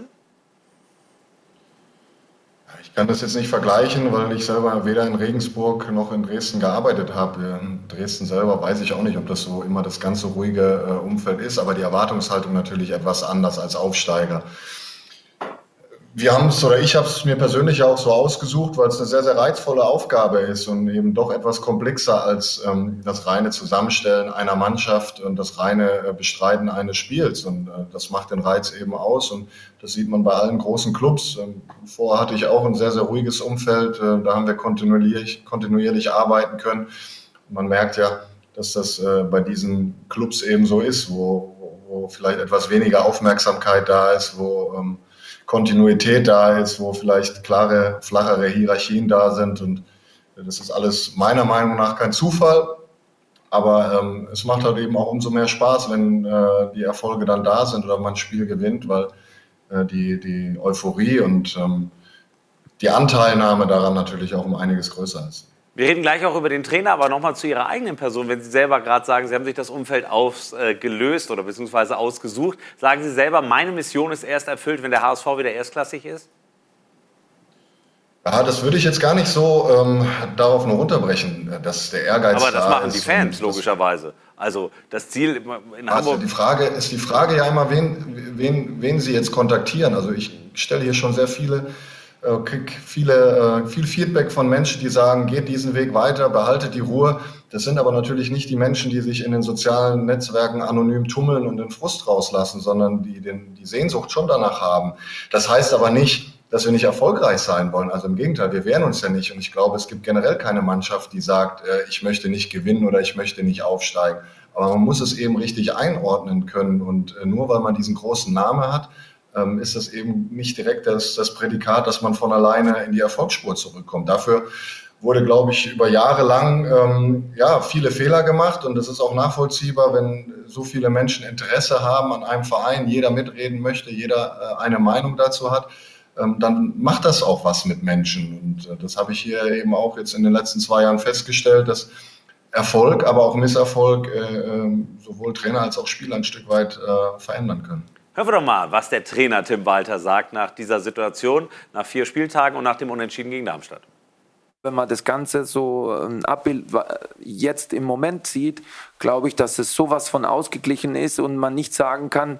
Speaker 11: Ich kann das jetzt nicht vergleichen, weil ich selber weder in Regensburg noch in Dresden gearbeitet habe. In Dresden selber weiß ich auch nicht, ob das so immer das ganz so ruhige Umfeld ist, aber die Erwartungshaltung natürlich etwas anders als Aufsteiger. Wir haben es, oder ich habe es mir persönlich auch so ausgesucht, weil es eine sehr, sehr reizvolle Aufgabe ist und eben doch etwas komplexer als das reine Zusammenstellen einer Mannschaft und das reine Bestreiten eines Spiels. Und das macht den Reiz eben aus und das sieht man bei allen großen Clubs. Vorher hatte ich auch ein sehr, sehr ruhiges Umfeld, da haben wir kontinuierlich arbeiten können. Und man merkt ja, dass das bei diesen Clubs eben so ist, wo vielleicht etwas weniger Aufmerksamkeit da ist, wo Kontinuität da ist, wo vielleicht klare, flachere Hierarchien da sind. Und das ist alles meiner Meinung nach kein Zufall. Aber es macht halt eben auch umso mehr Spaß, wenn die Erfolge dann da sind oder man ein Spiel gewinnt, weil die Euphorie und die Anteilnahme daran natürlich auch um einiges größer ist.
Speaker 7: Wir reden gleich auch über den Trainer, aber nochmal zu Ihrer eigenen Person. Wenn Sie selber gerade sagen, Sie haben sich das Umfeld ausgelöst oder beziehungsweise ausgesucht, sagen Sie selber, meine Mission ist erst erfüllt, wenn der HSV wieder erstklassig ist?
Speaker 11: Ja, das würde ich jetzt gar nicht so darauf nur runterbrechen, dass der Ehrgeiz
Speaker 7: aber das
Speaker 11: da
Speaker 7: machen
Speaker 11: ist
Speaker 7: die Fans logischerweise. Also das Ziel in
Speaker 11: also
Speaker 7: Hamburg...
Speaker 11: Die Frage ja immer, wen Sie jetzt kontaktieren. Also ich stelle hier schon sehr kriege viel Feedback von Menschen, die sagen, geht diesen Weg weiter, behaltet die Ruhe. Das sind aber natürlich nicht die Menschen, die sich in den sozialen Netzwerken anonym tummeln und den Frust rauslassen, sondern die Sehnsucht schon danach haben. Das heißt aber nicht, dass wir nicht erfolgreich sein wollen. Also im Gegenteil, wir wehren uns ja nicht. Und ich glaube, es gibt generell keine Mannschaft, die sagt, ich möchte nicht gewinnen oder ich möchte nicht aufsteigen. Aber man muss es eben richtig einordnen können. Und nur weil man diesen großen Namen hat, ist das eben nicht direkt das Prädikat, dass man von alleine in die Erfolgsspur zurückkommt. Dafür wurde, glaube ich, über Jahre lang viele Fehler gemacht und das ist auch nachvollziehbar, wenn so viele Menschen Interesse haben an einem Verein, jeder mitreden möchte, jeder eine Meinung dazu hat, dann macht das auch was mit Menschen. Und das habe ich hier eben auch jetzt in den letzten 2 Jahren festgestellt, dass Erfolg, aber auch Misserfolg sowohl Trainer als auch Spieler ein Stück weit verändern können.
Speaker 7: Hören wir doch mal, was der Trainer Tim Walter sagt nach dieser Situation, nach 4 Spieltagen und nach dem Unentschieden gegen Darmstadt.
Speaker 6: Wenn man das Ganze so ein Abbild jetzt im Moment sieht, glaube ich, dass es sowas von ausgeglichen ist und man nicht sagen kann,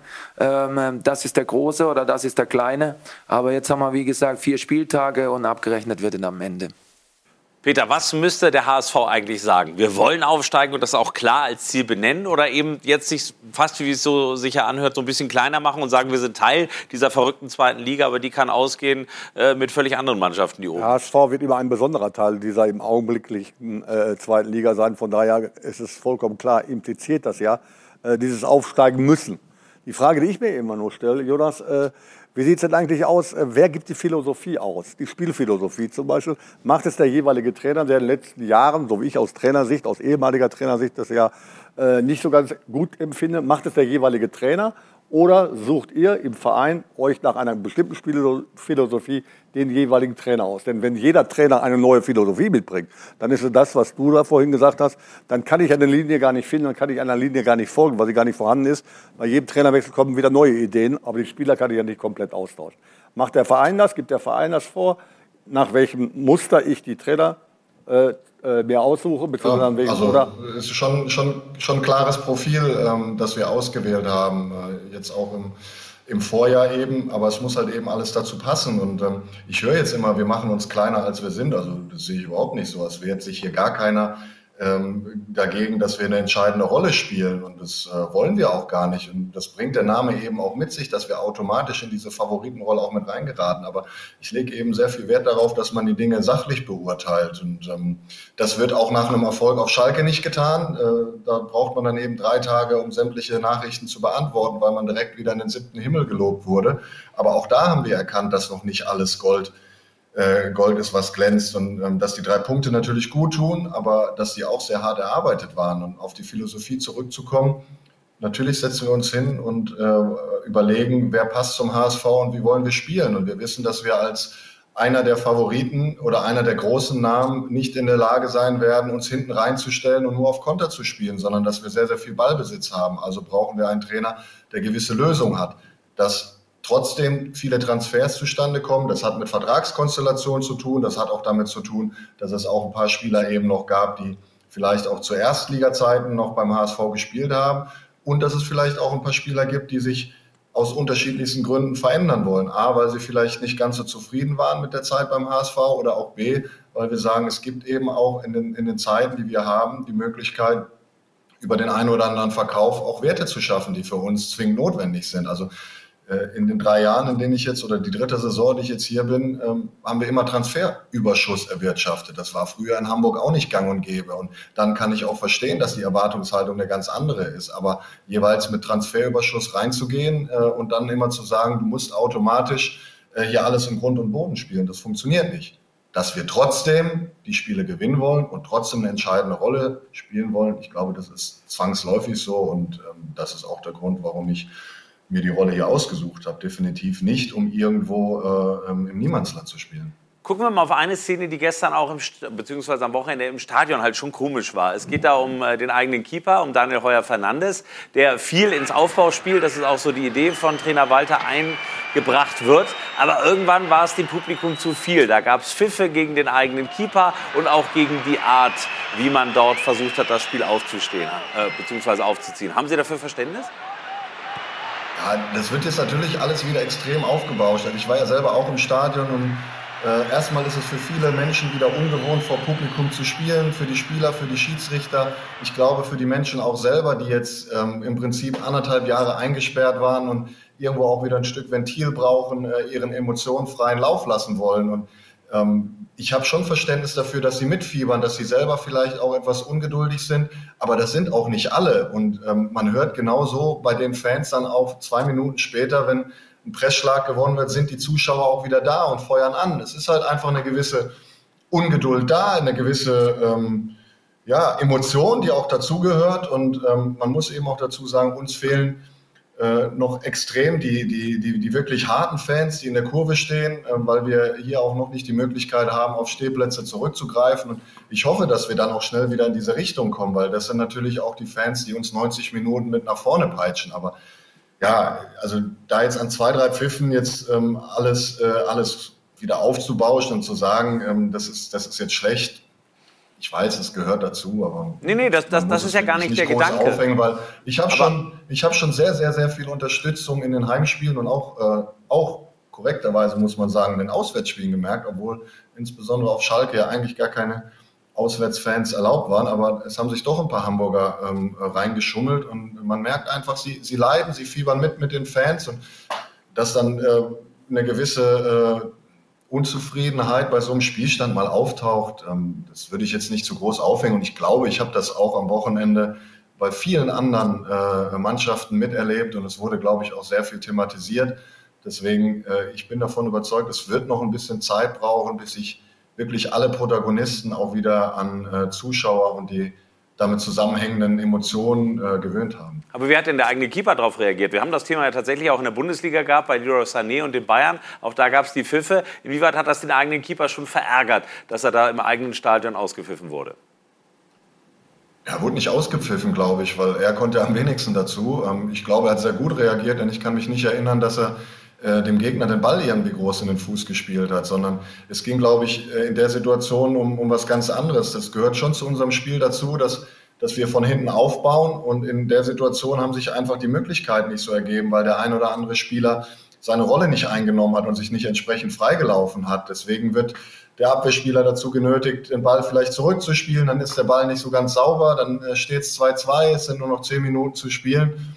Speaker 6: das ist der Große oder das ist der Kleine. Aber jetzt haben wir, wie gesagt, 4 Spieltage und abgerechnet wird am Ende.
Speaker 7: Peter, was müsste der HSV eigentlich sagen? Wir wollen aufsteigen und das auch klar als Ziel benennen oder eben jetzt sich fast, wie es so sicher anhört, so ein bisschen kleiner machen und sagen, wir sind Teil dieser verrückten 2. Liga, aber die kann ausgehen mit völlig anderen Mannschaften, die oben.
Speaker 4: Der HSV wird immer ein besonderer Teil dieser im augenblicklichen 2. Liga sein. Von daher ist es vollkommen klar, impliziert das ja, dieses Aufsteigen müssen. Die Frage, die ich mir immer nur stelle, Jonas, wie sieht es denn eigentlich aus? Wer gibt die Philosophie aus? Die Spielphilosophie zum Beispiel. Macht es der jeweilige Trainer, der in den letzten Jahren, so wie ich aus Trainersicht, aus ehemaliger Trainersicht, das ja nicht so ganz gut empfinde, macht es der jeweilige Trainer? Oder sucht ihr im Verein euch nach einer bestimmten Spielphilosophie den jeweiligen Trainer aus? Denn wenn jeder Trainer eine neue Philosophie mitbringt, dann ist es das, was du da vorhin gesagt hast, dann kann ich eine Linie gar nicht finden, dann kann ich einer Linie gar nicht folgen, weil sie gar nicht vorhanden ist. Bei jedem Trainerwechsel kommen wieder neue Ideen, aber die Spieler kann ich ja nicht komplett austauschen. Macht der Verein das? Gibt der Verein das vor? Nach welchem Muster ich die Trainer mehr aussuche?
Speaker 11: Es ist schon ein klares Profil, das wir ausgewählt haben, jetzt auch im Vorjahr eben, aber es muss halt eben alles dazu passen und ich höre jetzt immer, wir machen uns kleiner als wir sind, also das sehe ich überhaupt nicht so, als wehrt sich hier gar keiner dagegen, dass wir eine entscheidende Rolle spielen. Und das wollen wir auch gar nicht. Und das bringt der Name eben auch mit sich, dass wir automatisch in diese Favoritenrolle auch mit reingeraten. Aber ich lege eben sehr viel Wert darauf, dass man die Dinge sachlich beurteilt. Und das wird auch nach einem Erfolg auf Schalke nicht getan. Da braucht man dann eben 3 Tage, um sämtliche Nachrichten zu beantworten, weil man direkt wieder in den 7. Himmel gelobt wurde. Aber auch da haben wir erkannt, dass noch nicht alles Gold ist, was glänzt, und dass die 3 Punkte natürlich gut tun, aber dass die auch sehr hart erarbeitet waren. Und auf die Philosophie zurückzukommen, natürlich setzen wir uns hin und überlegen, wer passt zum HSV und wie wollen wir spielen. Und wir wissen, dass wir als einer der Favoriten oder einer der großen Namen nicht in der Lage sein werden, uns hinten reinzustellen und nur auf Konter zu spielen, sondern dass wir sehr, sehr viel Ballbesitz haben. Also brauchen wir einen Trainer, der gewisse Lösungen hat. Dass trotzdem viele Transfers zustande kommen. Das hat mit Vertragskonstellationen zu tun. Das hat auch damit zu tun, dass es auch ein paar Spieler eben noch gab, die vielleicht auch zu Erstliga-Zeiten noch beim HSV gespielt haben. Und dass es vielleicht auch ein paar Spieler gibt, die sich aus unterschiedlichsten Gründen verändern wollen. A, weil sie vielleicht nicht ganz so zufrieden waren mit der Zeit beim HSV, oder auch B, weil wir sagen, es gibt eben auch in den Zeiten, die wir haben, die Möglichkeit, über den einen oder anderen Verkauf auch Werte zu schaffen, die für uns zwingend notwendig sind. Also in den 3 Jahren, in denen ich jetzt, oder die 3. Saison, die ich jetzt hier bin, haben wir immer Transferüberschuss erwirtschaftet. Das war früher in Hamburg auch nicht gang und gäbe. Und dann kann ich auch verstehen, dass die Erwartungshaltung eine ganz andere ist. Aber jeweils mit Transferüberschuss reinzugehen und dann immer zu sagen, du musst automatisch hier alles im Grund und Boden spielen, das funktioniert nicht. Dass wir trotzdem die Spiele gewinnen wollen und trotzdem eine entscheidende Rolle spielen wollen, ich glaube, das ist zwangsläufig so. Und das ist auch der Grund, warum ich mir die Rolle hier ausgesucht habe. Definitiv nicht, um irgendwo im Niemandsland zu spielen.
Speaker 7: Gucken wir mal auf eine Szene, die gestern auch beziehungsweise am Wochenende im Stadion halt schon komisch war. Es geht da um den eigenen Keeper, um Daniel Heuer-Fernandes, der viel ins Aufbauspiel, das ist auch so die Idee von Trainer Walter, eingebracht wird. Aber irgendwann war es dem Publikum zu viel. Da gab es Pfiffe gegen den eigenen Keeper und auch gegen die Art, wie man dort versucht hat, das Spiel aufzustehen, beziehungsweise aufzuziehen. Haben Sie dafür Verständnis?
Speaker 11: Ja, das wird jetzt natürlich alles wieder extrem aufgebauscht. Ich war ja selber auch im Stadion und erstmal ist es für viele Menschen wieder ungewohnt, vor Publikum zu spielen, für die Spieler, für die Schiedsrichter. Ich glaube, für die Menschen auch selber, die jetzt im Prinzip 1,5 Jahre eingesperrt waren und irgendwo auch wieder ein Stück Ventil brauchen, ihren Emotionen freien Lauf lassen wollen. Und ich habe schon Verständnis dafür, dass sie mitfiebern, dass sie selber vielleicht auch etwas ungeduldig sind, aber das sind auch nicht alle. Und man hört genauso bei den Fans dann auch 2 Minuten später, wenn ein Pressschlag gewonnen wird, sind die Zuschauer auch wieder da und feuern an. Es ist halt einfach eine gewisse Ungeduld da, eine gewisse Emotion, die auch dazugehört. Und man muss eben auch dazu sagen, uns fehlen noch extrem die wirklich harten Fans, die in der Kurve stehen, weil wir hier auch noch nicht die Möglichkeit haben, auf Stehplätze zurückzugreifen. Und ich hoffe, dass wir dann auch schnell wieder in diese Richtung kommen, weil das sind natürlich auch die Fans, die uns 90 Minuten mit nach vorne peitschen. Aber ja, also da jetzt an 2, 3 Pfiffen jetzt alles wieder aufzubauschen und zu sagen, das ist jetzt schlecht. Ich weiß, es gehört dazu, aber
Speaker 7: nee, das ist ja gar nicht der Gedanke.
Speaker 11: Aufhängen, weil ich habe schon sehr, sehr, sehr viel Unterstützung in den Heimspielen und auch korrekterweise, muss man sagen, in den Auswärtsspielen gemerkt, obwohl insbesondere auf Schalke ja eigentlich gar keine Auswärtsfans erlaubt waren, aber es haben sich doch ein paar Hamburger reingeschummelt und man merkt einfach, sie leiden, sie fiebern mit den Fans, und dass dann eine gewisse Unzufriedenheit bei so einem Spielstand mal auftaucht, das würde ich jetzt nicht zu groß aufhängen. Und ich glaube, ich habe das auch am Wochenende bei vielen anderen Mannschaften miterlebt und es wurde, glaube ich, auch sehr viel thematisiert. Deswegen, ich bin davon überzeugt, es wird noch ein bisschen Zeit brauchen, bis sich wirklich alle Protagonisten auch wieder an Zuschauer und die damit zusammenhängenden Emotionen gewöhnt haben.
Speaker 7: Aber wie hat denn der eigene Keeper darauf reagiert? Wir haben das Thema ja tatsächlich auch in der Bundesliga gehabt, bei Leroy Sané und den Bayern. Auch da gab es die Pfiffe. Inwieweit hat das den eigenen Keeper schon verärgert, dass er da im eigenen Stadion ausgepfiffen wurde?
Speaker 11: Er wurde nicht ausgepfiffen, glaube ich, weil er konnte am wenigsten dazu. Ich glaube, er hat sehr gut reagiert, denn ich kann mich nicht erinnern, dass er dem Gegner den Ball irgendwie groß in den Fuß gespielt hat, sondern es ging, glaube ich, in der Situation um was ganz anderes. Das gehört schon zu unserem Spiel dazu, dass wir von hinten aufbauen, und in der Situation haben sich einfach die Möglichkeiten nicht so ergeben, weil der ein oder andere Spieler seine Rolle nicht eingenommen hat und sich nicht entsprechend freigelaufen hat. Deswegen wird der Abwehrspieler dazu genötigt, den Ball vielleicht zurückzuspielen. Dann ist der Ball nicht so ganz sauber, dann steht es 2-2, es sind nur noch 10 Minuten zu spielen.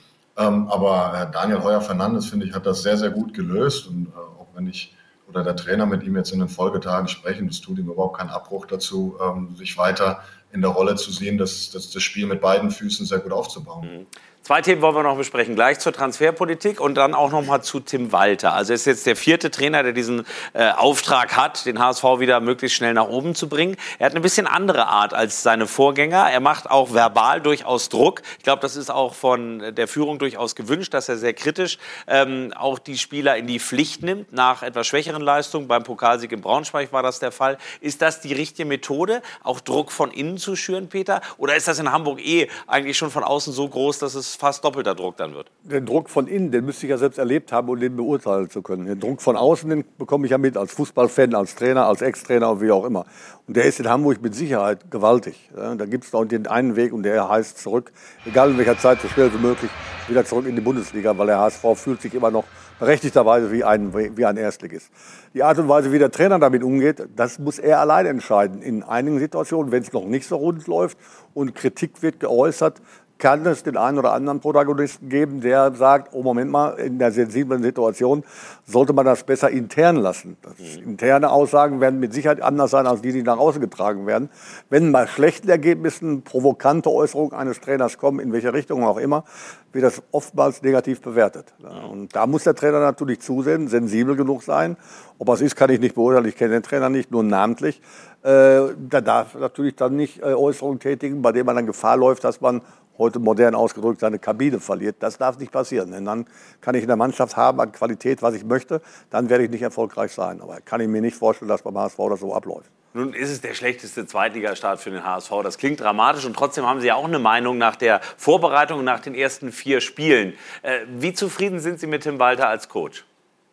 Speaker 11: Aber Daniel Heuer-Fernandes, finde ich, hat das sehr, sehr gut gelöst. Und auch wenn ich oder der Trainer mit ihm jetzt in den Folgetagen sprechen, das tut ihm überhaupt keinen Abbruch dazu, sich weiter in der Rolle zu sehen, das Spiel mit beiden Füßen sehr gut aufzubauen.
Speaker 7: Mhm. 2 Themen wollen wir noch besprechen. Gleich zur Transferpolitik und dann auch noch mal zu Tim Walter. Also er ist jetzt der 4. Trainer, der diesen Auftrag hat, den HSV wieder möglichst schnell nach oben zu bringen. Er hat eine bisschen andere Art als seine Vorgänger. Er macht auch verbal durchaus Druck. Ich glaube, das ist auch von der Führung durchaus gewünscht, dass er sehr kritisch auch die Spieler in die Pflicht nimmt, nach etwas schwächeren Leistungen. Beim Pokalsieg in Braunschweig war das der Fall. Ist das die richtige Methode, auch Druck von innen zu schüren, Peter? Oder ist das in Hamburg eigentlich schon von außen so groß, dass es fast doppelter Druck dann wird?
Speaker 4: Den Druck von innen, den müsste ich ja selbst erlebt haben, um den beurteilen zu können. Den Druck von außen, den bekomme ich ja mit als Fußballfan, als Trainer, als Ex-Trainer und wie auch immer. Und der ist in Hamburg mit Sicherheit gewaltig. Ja, da gibt es noch den einen Weg und der heißt zurück, egal in welcher Zeit, so schnell wie möglich, wieder zurück in die Bundesliga, weil der HSV fühlt sich immer noch berechtigterweise wie ein Erstligist. Die Art und Weise, wie der Trainer damit umgeht, das muss er allein entscheiden. In einigen Situationen, wenn es noch nicht so rund läuft und Kritik wird geäußert, kann es den einen oder anderen Protagonisten geben, der sagt, oh Moment mal, in der sensiblen Situation sollte man das besser intern lassen. Interne Aussagen werden mit Sicherheit anders sein, als die nach außen getragen werden. Wenn bei schlechten Ergebnissen provokante Äußerungen eines Trainers kommen, in welche Richtung auch immer, wird das oftmals negativ bewertet. Und da muss der Trainer natürlich zusehen, sensibel genug sein. Ob es ist, kann ich nicht beurteilen, ich kenne den Trainer nicht, nur namentlich. Da darf natürlich dann nicht Äußerungen tätigen, bei denen man dann Gefahr läuft, dass man heute modern ausgedrückt seine Kabine verliert. Das darf nicht passieren, denn dann kann ich in der Mannschaft haben an Qualität, was ich möchte, dann werde ich nicht erfolgreich sein. Aber kann ich mir nicht vorstellen, dass beim HSV das so abläuft.
Speaker 7: Nun ist es der schlechteste Zweitligastart für den HSV. Das klingt dramatisch und trotzdem haben Sie ja auch eine Meinung nach der Vorbereitung und nach den ersten 4 Spielen. Wie zufrieden sind Sie mit Tim Walter als Coach?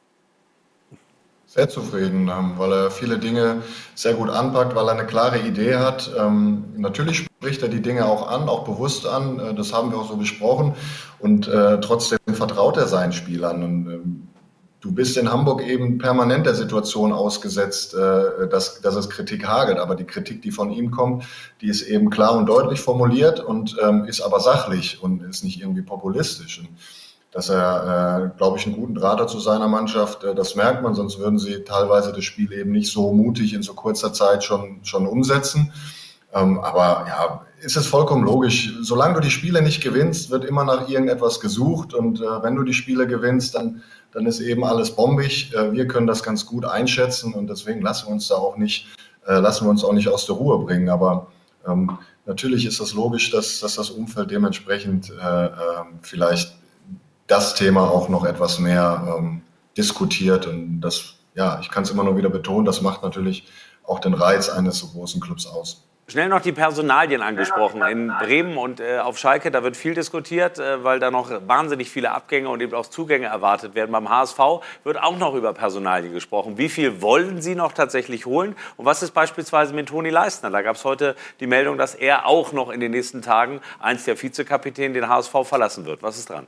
Speaker 11: Sehr zufrieden, weil er viele Dinge sehr gut anpackt, weil er eine klare Idee hat. Natürlich spricht er die Dinge auch an, auch bewusst an. Das haben wir auch so besprochen. Und trotzdem vertraut er seinen Spielern. Und du bist in Hamburg eben permanent der Situation ausgesetzt, dass es Kritik hagelt. Aber die Kritik, die von ihm kommt, die ist eben klar und deutlich formuliert und ist aber sachlich und ist nicht irgendwie populistisch. Und dass er, glaube ich, einen guten Draht hat zu seiner Mannschaft, das merkt man, sonst würden sie teilweise das Spiel eben nicht so mutig in so kurzer Zeit schon umsetzen. Aber ja, ist es vollkommen logisch. Solange du die Spiele nicht gewinnst, wird immer nach irgendetwas gesucht. Und wenn du die Spiele gewinnst, dann ist eben alles bombig. Wir können das ganz gut einschätzen und deswegen lassen wir uns auch nicht aus der Ruhe bringen. Aber natürlich ist es logisch, dass das Umfeld dementsprechend vielleicht das Thema auch noch etwas mehr diskutiert. Und das, ja, ich kann es immer nur wieder betonen, das macht natürlich auch den Reiz eines so großen Clubs aus.
Speaker 7: Schnell noch die Personalien angesprochen. In Bremen und auf Schalke, da wird viel diskutiert, weil da noch wahnsinnig viele Abgänge und eben auch Zugänge erwartet werden. Beim HSV wird auch noch über Personalien gesprochen. Wie viel wollen Sie noch tatsächlich holen? Und was ist beispielsweise mit Toni Leistner? Da gab es heute die Meldung, dass er auch noch in den nächsten Tagen, einst der Vizekapitän, den HSV verlassen wird. Was ist dran?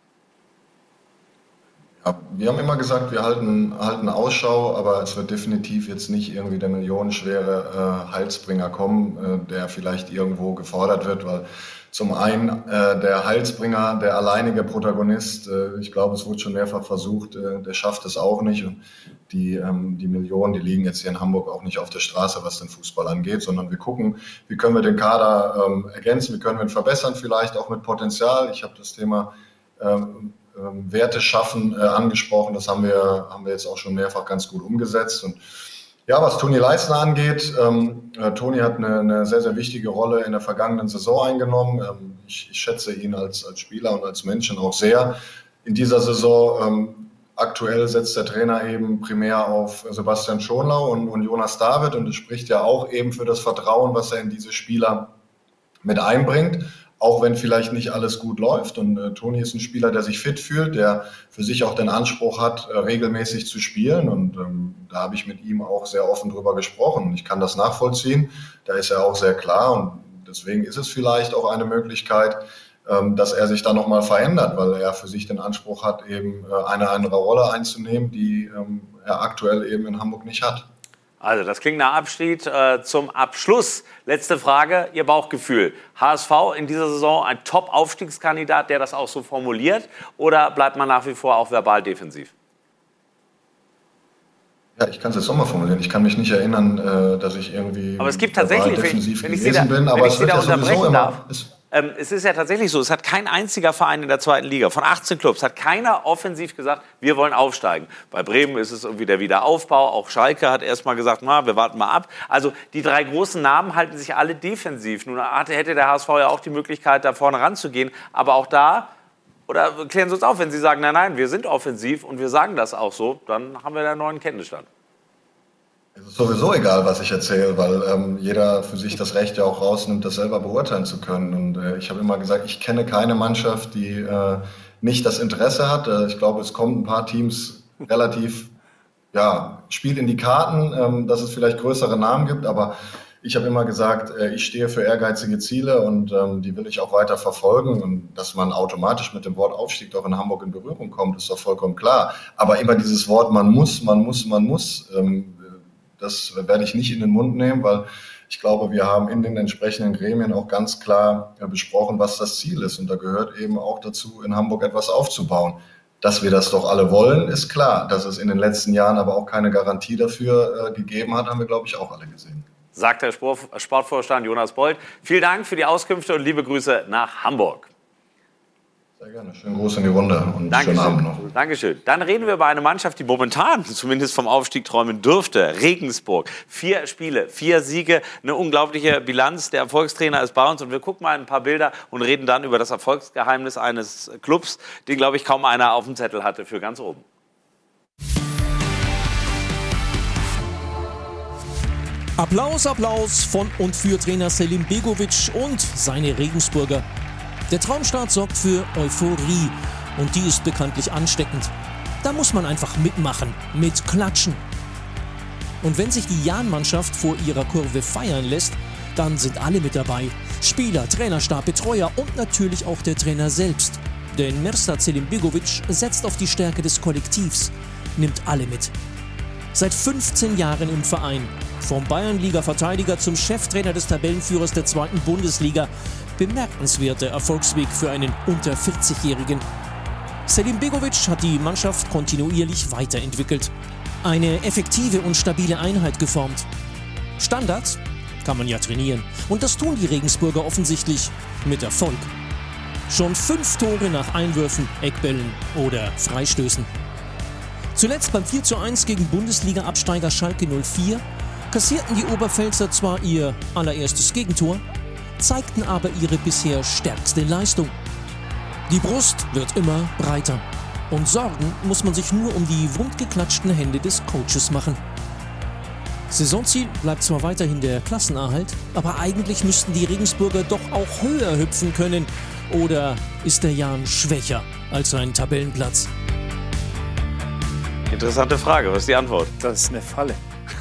Speaker 11: Ja, wir haben immer gesagt, wir halten Ausschau, aber es wird definitiv jetzt nicht irgendwie der millionenschwere Heilsbringer kommen, der vielleicht irgendwo gefordert wird, weil zum einen der Heilsbringer, der alleinige Protagonist, ich glaube, es wurde schon mehrfach versucht, der schafft es auch nicht. Und die Millionen, die liegen jetzt hier in Hamburg auch nicht auf der Straße, was den Fußball angeht, sondern wir gucken, wie können wir den Kader ergänzen, wie können wir ihn verbessern, vielleicht auch mit Potenzial. Ich habe das Thema Werte schaffen angesprochen. Das haben wir jetzt auch schon mehrfach ganz gut umgesetzt. Und ja, was Toni Leistner angeht, Toni hat eine sehr, sehr wichtige Rolle in der vergangenen Saison eingenommen. Ich schätze ihn als Spieler und als Menschen auch sehr. In dieser Saison aktuell setzt der Trainer eben primär auf Sebastian Schonlau und Jonas David. Und das spricht ja auch eben für das Vertrauen, was er in diese Spieler mit einbringt. Auch wenn vielleicht nicht alles gut läuft. Und Toni ist ein Spieler, der sich fit fühlt, der für sich auch den Anspruch hat, regelmäßig zu spielen. Und da habe ich mit ihm auch sehr offen drüber gesprochen. Ich kann das nachvollziehen. Da ist er auch sehr klar. Und deswegen ist es vielleicht auch eine Möglichkeit, dass er sich da nochmal verändert, weil er für sich den Anspruch hat, eben eine andere Rolle einzunehmen, die er aktuell eben in Hamburg nicht hat.
Speaker 7: Also das klingt nach Abschied zum Abschluss. Letzte Frage, Ihr Bauchgefühl. HSV in dieser Saison ein Top-Aufstiegskandidat, der das auch so formuliert? Oder bleibt man nach wie vor auch verbal defensiv?
Speaker 11: Ja, ich kann es jetzt auch mal formulieren. Ich kann mich nicht erinnern, dass ich irgendwie
Speaker 7: aber es gibt tatsächlich,
Speaker 11: defensiv
Speaker 7: wenn ich
Speaker 11: gewesen bin. Aber es wird ja sowieso immer...
Speaker 7: Es ist ja tatsächlich so, es hat kein einziger Verein in der zweiten Liga, von 18 Clubs, hat keiner offensiv gesagt, wir wollen aufsteigen. Bei Bremen ist es irgendwie der Wiederaufbau, auch Schalke hat erst mal gesagt, wir warten mal ab. Also die 3 großen Namen halten sich alle defensiv. Nun hätte der HSV ja auch die Möglichkeit, da vorne ranzugehen, aber auch da, oder klären Sie uns auf, wenn Sie sagen, nein, wir sind offensiv und wir sagen das auch so, dann haben wir da einen neuen Kenntnisstand.
Speaker 11: Es ist sowieso egal, was ich erzähle, weil jeder für sich das Recht ja auch rausnimmt, das selber beurteilen zu können. Und ich habe immer gesagt, ich kenne keine Mannschaft, die nicht das Interesse hat. Ich glaube, es kommen ein paar Teams relativ, spielt in die Karten, dass es vielleicht größere Namen gibt. Aber ich habe immer gesagt, ich stehe für ehrgeizige Ziele und die will ich auch weiter verfolgen. Und dass man automatisch mit dem Wort Aufstieg doch in Hamburg in Berührung kommt, ist doch vollkommen klar. Aber immer dieses Wort, man muss, das werde ich nicht in den Mund nehmen, weil ich glaube, wir haben in den entsprechenden Gremien auch ganz klar besprochen, was das Ziel ist. Und da gehört eben auch dazu, in Hamburg etwas aufzubauen. Dass wir das doch alle wollen, ist klar. Dass es in den letzten Jahren aber auch keine Garantie dafür gegeben hat, haben wir, glaube ich, auch alle gesehen. Sagt der Sportvorstand Jonas Bold. Vielen Dank für die Auskünfte und liebe Grüße nach Hamburg. Sehr gerne. Schönen Gruß in die Runde und schönen Abend noch.
Speaker 7: Dankeschön. Dann reden wir über eine Mannschaft, die momentan zumindest vom Aufstieg träumen dürfte. Regensburg. 4 Spiele, 4 Siege, eine unglaubliche Bilanz. Der Erfolgstrainer ist bei uns und wir gucken mal ein paar Bilder und reden dann über das Erfolgsgeheimnis eines Clubs, den, glaube ich, kaum einer auf dem Zettel hatte für ganz oben.
Speaker 12: Applaus, Applaus von und für Trainer Selim Begovic und seine Regensburger. Der Traumstart sorgt für Euphorie und die ist bekanntlich ansteckend. Da muss man einfach mitmachen, mitklatschen. Und wenn sich die Jahn-Mannschaft vor ihrer Kurve feiern lässt, dann sind alle mit dabei. Spieler, Trainerstab, Betreuer und natürlich auch der Trainer selbst. Denn Mirsad Selim Begovic setzt auf die Stärke des Kollektivs, nimmt alle mit. Seit 15 Jahren im Verein, vom Bayernliga-Verteidiger zum Cheftrainer des Tabellenführers der 2. Bundesliga. Bemerkenswerter Erfolgsweg für einen unter 40-Jährigen. Selim Begovic hat die Mannschaft kontinuierlich weiterentwickelt. Eine effektive und stabile Einheit geformt. Standards kann man ja trainieren. Und das tun die Regensburger offensichtlich mit Erfolg. Schon 5 Tore nach Einwürfen, Eckbällen oder Freistößen. Zuletzt beim 4:1 gegen Bundesliga-Absteiger Schalke 04 kassierten die Oberpfälzer zwar ihr allererstes Gegentor, zeigten aber ihre bisher stärkste Leistung. Die Brust wird immer breiter und Sorgen muss man sich nur um die wundgeklatschten Hände des Coaches machen. Saisonziel bleibt zwar weiterhin der Klassenerhalt, aber eigentlich müssten die Regensburger doch auch höher hüpfen können. Oder ist der Jahn schwächer als sein Tabellenplatz?
Speaker 7: Interessante Frage, was ist die Antwort?
Speaker 8: Das ist eine Falle.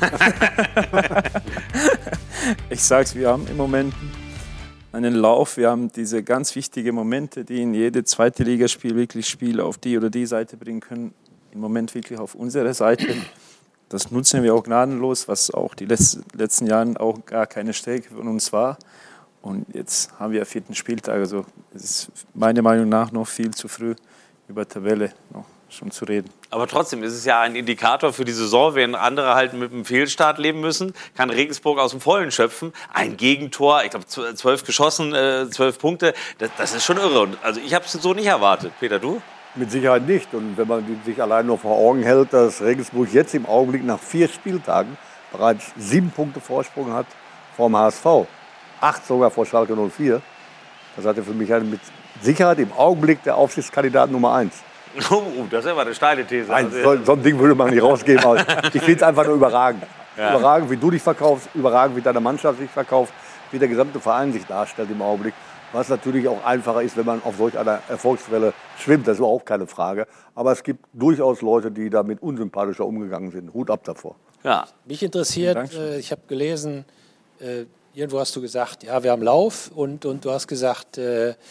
Speaker 8: Ich sag's, wir haben im Moment einen Lauf, wir haben diese ganz wichtigen Momente, die in jede zweite Ligaspiel wirklich Spiele auf die oder die Seite bringen können, im Moment wirklich auf unsere Seite. Das nutzen wir auch gnadenlos, was auch die letzten Jahre auch gar keine Stärke von uns war. Und jetzt haben wir 4. Spieltag, also es ist meiner Meinung nach noch viel zu früh über Tabelle noch schon zu reden.
Speaker 7: Aber trotzdem ist es ja ein Indikator für die Saison, während andere halt mit einem Fehlstart leben müssen, kann Regensburg aus dem Vollen schöpfen. Ein Gegentor, ich glaube 12 geschossen, 12 Punkte, das ist schon irre. Und also ich habe es so nicht erwartet. Peter, du?
Speaker 4: Mit Sicherheit nicht. Und wenn man sich allein nur vor Augen hält, dass Regensburg jetzt im Augenblick nach 4 Spieltagen bereits 7 Punkte Vorsprung hat vom HSV. 8 sogar vor Schalke 04. Das hatte für mich mit Sicherheit im Augenblick der Aufstiegskandidat Nummer 1.
Speaker 7: Oh, das ist aber eine steile These.
Speaker 4: Nein, so ein Ding würde man nicht rausgeben. Aber ich finde es einfach nur überragend. Ja. Überragend, wie du dich verkaufst, überragend, wie deine Mannschaft sich verkauft, wie der gesamte Verein sich darstellt im Augenblick. Was natürlich auch einfacher ist, wenn man auf solch einer Erfolgswelle schwimmt, das ist überhaupt keine Frage. Aber es gibt durchaus Leute, die damit unsympathischer umgegangen sind. Hut ab davor.
Speaker 7: Ja.
Speaker 9: Mich interessiert, ich habe gelesen, irgendwo hast du gesagt, ja, wir haben Lauf und du hast gesagt,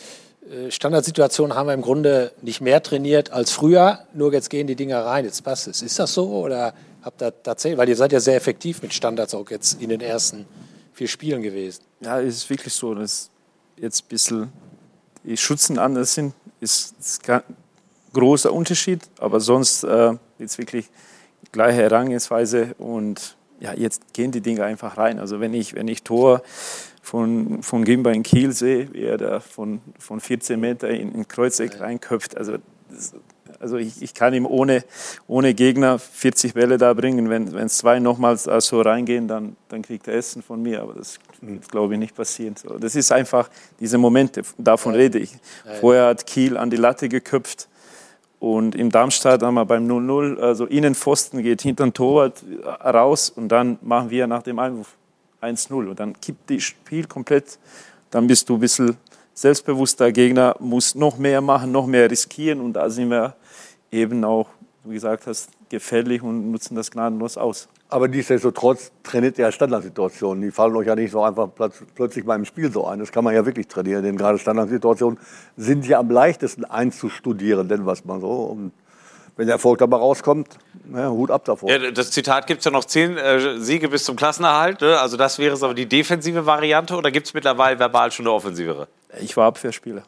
Speaker 9: Standardsituationen haben wir im Grunde nicht mehr trainiert als früher, nur jetzt gehen die Dinger rein, jetzt passt es. Ist das so oder habt ihr tatsächlich, weil ihr seid ja sehr effektiv mit Standards auch jetzt in den ersten 4 Spielen gewesen.
Speaker 8: Ja, es ist wirklich so, dass jetzt ein bisschen die Schützen anders sind, ist kein großer Unterschied, aber sonst jetzt wirklich gleiche Herangehensweise und ja, jetzt gehen die Dinge einfach rein. Also wenn ich Tor von Gimba in Kiel sehe, wie er da von 14 Meter in Kreuzeck reinköpft, also ich kann ihm ohne Gegner 40 Bälle da bringen. Wenn es 2 nochmals so reingehen, dann kriegt er Essen von mir. Aber das wird, glaube ich, nicht passieren. So, das ist einfach diese Momente, davon rede ich. Vorher hat Kiel an die Latte geköpft. Und im Darmstadt haben wir beim 0-0, also Innenpfosten geht hinter den Torwart raus und dann machen wir nach dem Einwurf 1-0. Und dann kippt das Spiel komplett. Dann bist du ein bisschen selbstbewusster. Gegner muss noch mehr machen, noch mehr riskieren. Und da sind wir eben auch, wie gesagt hast, gefährlich und nutzen das gnadenlos aus.
Speaker 4: Aber nichtsdestotrotz trainiert ihr Standardsituationen. Die fallen euch ja nicht so einfach plötzlich beim Spiel so ein. Das kann man ja wirklich trainieren. Denn gerade Standardsituationen sind ja am leichtesten einzustudieren. Denn was man so, und wenn der Erfolg dabei rauskommt, ja, Hut ab davor.
Speaker 7: Ja, das Zitat gibt es ja noch 10 Siege bis zum Klassenerhalt. Ne? Also das wäre aber die defensive Variante. Oder gibt es mittlerweile verbal schon eine offensivere?
Speaker 8: Ich war Abwehrspieler.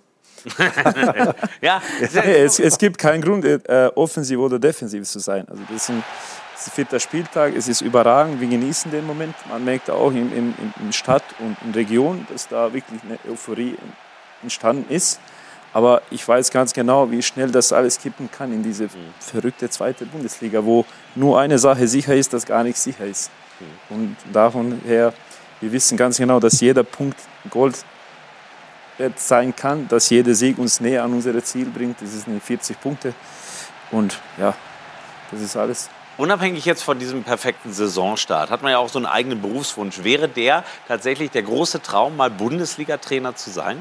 Speaker 7: Ja,
Speaker 8: es gibt keinen Grund, offensiv oder defensiv zu sein. Also das ist 4. Spieltag, es ist überragend, wir genießen den Moment. Man merkt auch in Stadt und in Region, dass da wirklich eine Euphorie entstanden ist. Aber ich weiß ganz genau, wie schnell das alles kippen kann in diese verrückte 2. Bundesliga, wo nur eine Sache sicher ist, dass gar nichts sicher ist. Und davon her, wir wissen ganz genau, dass jeder Punkt Gold sein kann, dass jeder Sieg uns näher an unser Ziel bringt. Das sind 40 Punkte. Und ja, das ist alles.
Speaker 7: Unabhängig jetzt von diesem perfekten Saisonstart, hat man ja auch so einen eigenen Berufswunsch. Wäre der tatsächlich der große Traum, mal Bundesliga-Trainer zu sein?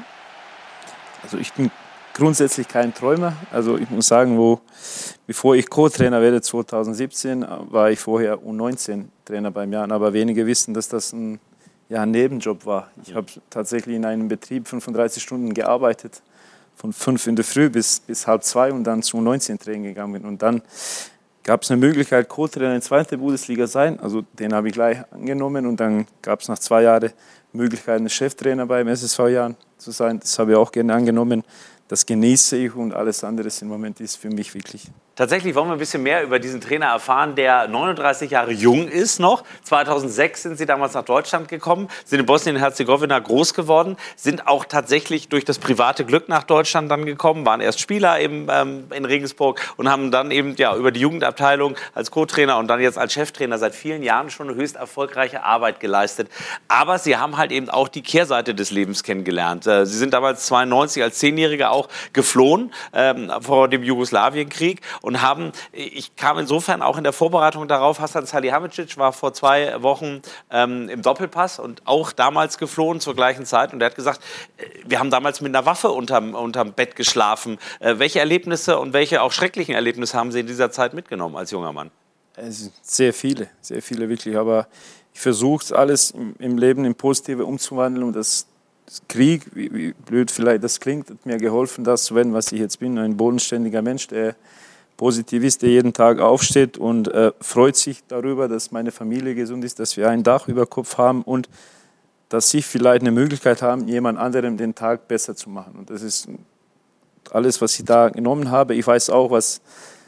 Speaker 8: Also ich bin grundsätzlich kein Träumer. Also ich muss sagen, bevor ich Co-Trainer werde 2017, war ich vorher U19-Trainer beim Jan. Aber wenige wissen, dass das ein Nebenjob war. Ich habe tatsächlich in einem Betrieb 35 Stunden gearbeitet, von 5 in der Früh bis 1:30 und dann zu U19-Training gegangen bin. Und dann gab es eine Möglichkeit, Co-Trainer in der 2. Bundesliga sein. Also den habe ich gleich angenommen und dann gab es nach 2 Jahren Möglichkeit, ein Cheftrainer beim SSV Jahren zu sein. Das habe ich auch gerne angenommen. Das genieße ich und alles andere im Moment ist für mich wirklich.
Speaker 7: Tatsächlich wollen wir ein bisschen mehr über diesen Trainer erfahren, der 39 Jahre jung ist noch. 2006 sind Sie damals nach Deutschland gekommen, sind in Bosnien-Herzegowina groß geworden, sind auch tatsächlich durch das private Glück nach Deutschland dann gekommen, waren erst Spieler eben, in Regensburg und haben dann eben über die Jugendabteilung als Co-Trainer und dann jetzt als Cheftrainer seit vielen Jahren schon eine höchst erfolgreiche Arbeit geleistet. Aber Sie haben halt eben auch die Kehrseite des Lebens kennengelernt. Sie sind damals 92 als 10-Jähriger auch geflohen vor dem Jugoslawienkrieg. Und ich kam insofern auch in der Vorbereitung darauf, Hasan Salihamidzic war vor 2 Wochen im Doppelpass und auch damals geflohen zur gleichen Zeit. Und er hat gesagt, wir haben damals mit einer Waffe unterm Bett geschlafen. Welche Erlebnisse und welche auch schrecklichen Erlebnisse haben Sie in dieser Zeit mitgenommen als junger Mann?
Speaker 8: Sehr viele wirklich. Aber ich versuche alles im Leben in Positive umzuwandeln. Und das Krieg, wie blöd vielleicht das klingt, hat mir geholfen, das zu werden, was ich jetzt bin. Ein bodenständiger Mensch, der positiv ist, der jeden Tag aufsteht und freut sich darüber, dass meine Familie gesund ist, dass wir ein Dach über Kopf haben und dass sie vielleicht eine Möglichkeit haben, jemand anderem den Tag besser zu machen. Und das ist alles, was ich da genommen habe. Ich weiß auch, was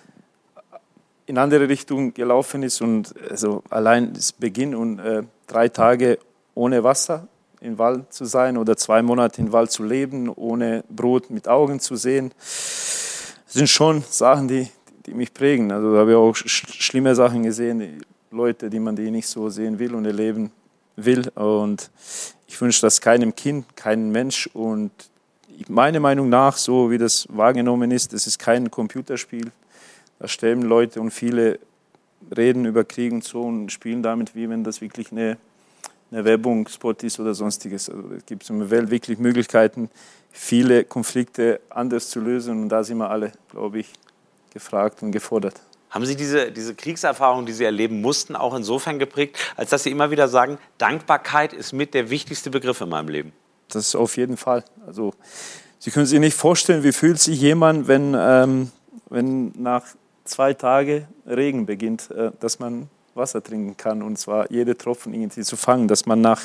Speaker 8: in andere Richtung gelaufen ist. Und also allein das Beginn und 3 Tage ohne Wasser im Wald zu sein oder 2 Monate im Wald zu leben, ohne Brot mit Augen zu sehen, sind schon Sachen, die mich prägen. Also da habe ich auch schlimme Sachen gesehen, die Leute, die nicht so sehen will und erleben will. Und ich wünsche das keinem Kind, keinem Mensch. Und meiner Meinung nach, so wie das wahrgenommen ist, das ist kein Computerspiel. Da sterben Leute und viele reden über Krieg und so und spielen damit, wie wenn das wirklich eine Werbungsspot ist oder sonstiges. Also es gibt in der Welt wirklich Möglichkeiten, viele Konflikte anders zu lösen. Und da sind wir alle, glaube ich, gefragt und gefordert.
Speaker 7: Haben Sie diese Kriegserfahrung, die Sie erleben mussten, auch insofern geprägt, als dass Sie immer wieder sagen, Dankbarkeit ist mit der wichtigste Begriff in meinem Leben?
Speaker 8: Das ist auf jeden Fall. Also Sie können sich nicht vorstellen, wie fühlt sich jemand, wenn nach 2 Tagen Regen beginnt, dass man Wasser trinken kann und zwar jede Tropfen irgendwie zu fangen, dass man nach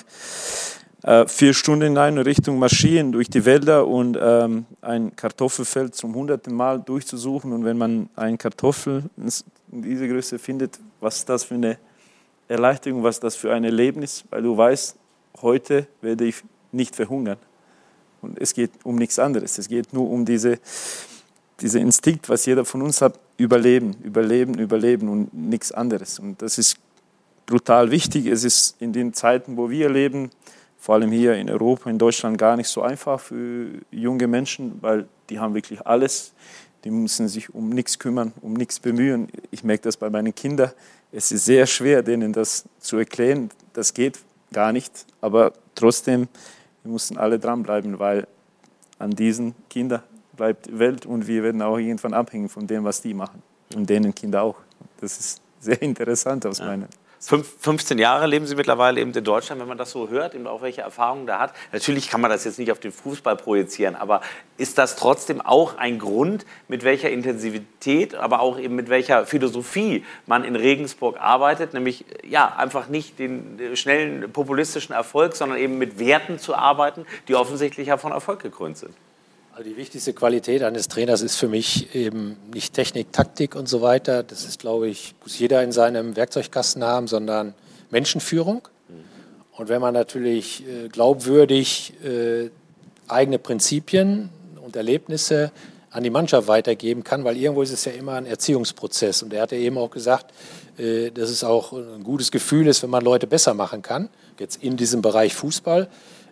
Speaker 8: 4 Stunden in eine Richtung marschieren durch die Wälder und ein Kartoffelfeld zum 100. Mal durchzusuchen und wenn man einen Kartoffel in dieser Größe findet, was ist das für eine Erleichterung, was ist das für ein Erlebnis, weil du weißt, heute werde ich nicht verhungern. Und es geht um nichts anderes, es geht nur um dieser Instinkt, was jeder von uns hat, überleben und nichts anderes. Und das ist brutal wichtig. Es ist in den Zeiten, wo wir leben, vor allem hier in Europa, in Deutschland, gar nicht so einfach für junge Menschen, weil die haben wirklich alles. Die müssen sich um nichts kümmern, um nichts bemühen. Ich merke das bei meinen Kindern. Es ist sehr schwer, denen das zu erklären. Das geht gar nicht. Aber trotzdem, wir mussten alle dranbleiben, weil an diesen Kindern bleibt die Welt und wir werden auch irgendwann abhängen von dem, was die machen. Und denen Kinder auch. Das ist sehr interessant aus meiner Sicht.
Speaker 7: 15 Jahre leben Sie mittlerweile eben in Deutschland, wenn man das so hört, eben auch welche Erfahrungen da hat. Natürlich kann man das jetzt nicht auf den Fußball projizieren, aber ist das trotzdem auch ein Grund, mit welcher Intensivität, aber auch eben mit welcher Philosophie man in Regensburg arbeitet, nämlich ja einfach nicht den schnellen populistischen Erfolg, sondern eben mit Werten zu arbeiten, die offensichtlich ja von Erfolg gekrönt sind?
Speaker 9: Also die wichtigste Qualität eines Trainers ist für mich eben nicht Technik, Taktik und so weiter. Das ist, glaube ich, muss jeder in seinem Werkzeugkasten haben, sondern Menschenführung. Und wenn man natürlich glaubwürdig eigene Prinzipien und Erlebnisse an die Mannschaft weitergeben kann, weil irgendwo ist es ja immer ein Erziehungsprozess. Und er hat ja eben auch gesagt, dass es auch ein gutes Gefühl ist, wenn man Leute besser machen kann, jetzt in diesem Bereich Fußball.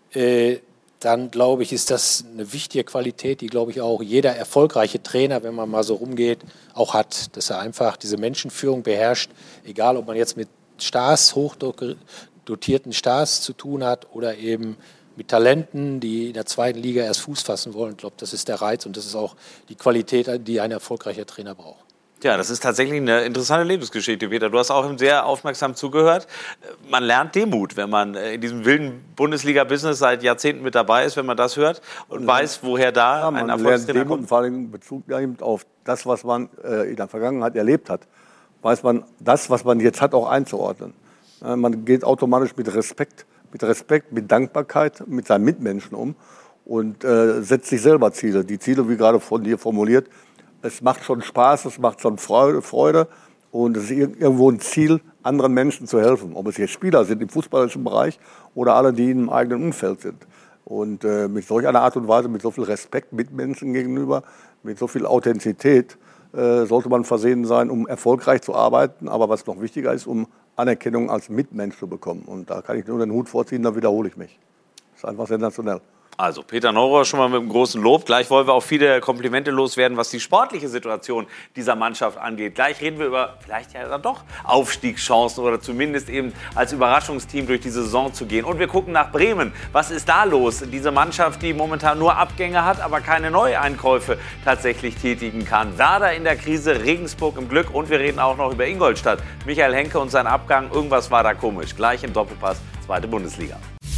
Speaker 9: Dann, glaube ich, ist das eine wichtige Qualität, die, glaube ich, auch jeder erfolgreiche Trainer, wenn man mal so rumgeht, auch hat. Dass er einfach diese Menschenführung beherrscht, egal ob man jetzt mit Stars, hochdotierten Stars zu tun hat oder eben mit Talenten, die in der 2. Liga erst Fuß fassen wollen. Ich glaube, das ist der Reiz und das ist auch die Qualität, die ein erfolgreicher Trainer braucht.
Speaker 7: Ja, das ist tatsächlich eine interessante Lebensgeschichte, Peter. Du hast auch sehr aufmerksam zugehört. Man lernt Demut, wenn man in diesem wilden Bundesliga-Business seit Jahrzehnten mit dabei ist, wenn man das hört und weiß, woher da ein Erfolgstrainer kommt.
Speaker 4: Und vor allem in Bezug auf das, was man in der Vergangenheit erlebt hat, weiß man das, was man jetzt hat, auch einzuordnen. Man geht automatisch mit Respekt, mit Dankbarkeit mit seinen Mitmenschen um und setzt sich selber Ziele. Die Ziele, wie gerade von dir formuliert, es macht schon Spaß, es macht schon Freude und es ist irgendwo ein Ziel, anderen Menschen zu helfen. Ob es jetzt Spieler sind im fußballerischen Bereich oder alle, die im eigenen Umfeld sind. Und mit solch einer Art und Weise, mit so viel Respekt Mitmenschen gegenüber, mit so viel Authentizität sollte man versehen sein, um erfolgreich zu arbeiten. Aber was noch wichtiger ist, um Anerkennung als Mitmensch zu bekommen. Und da kann ich nur den Hut vorziehen, da wiederhole ich mich. Das ist einfach sensationell.
Speaker 7: Also Peter Neurohr schon mal mit einem großen Lob. Gleich wollen wir auch viele Komplimente loswerden, was die sportliche Situation dieser Mannschaft angeht. Gleich reden wir über vielleicht ja dann doch Aufstiegschancen oder zumindest eben als Überraschungsteam durch die Saison zu gehen. Und wir gucken nach Bremen. Was ist da los? Diese Mannschaft, die momentan nur Abgänge hat, aber keine Neueinkäufe tatsächlich tätigen kann. Werder in der Krise, Regensburg im Glück und wir reden auch noch über Ingolstadt. Michael Henke und sein Abgang, irgendwas war da komisch. Gleich im Doppelpass, 2. Bundesliga.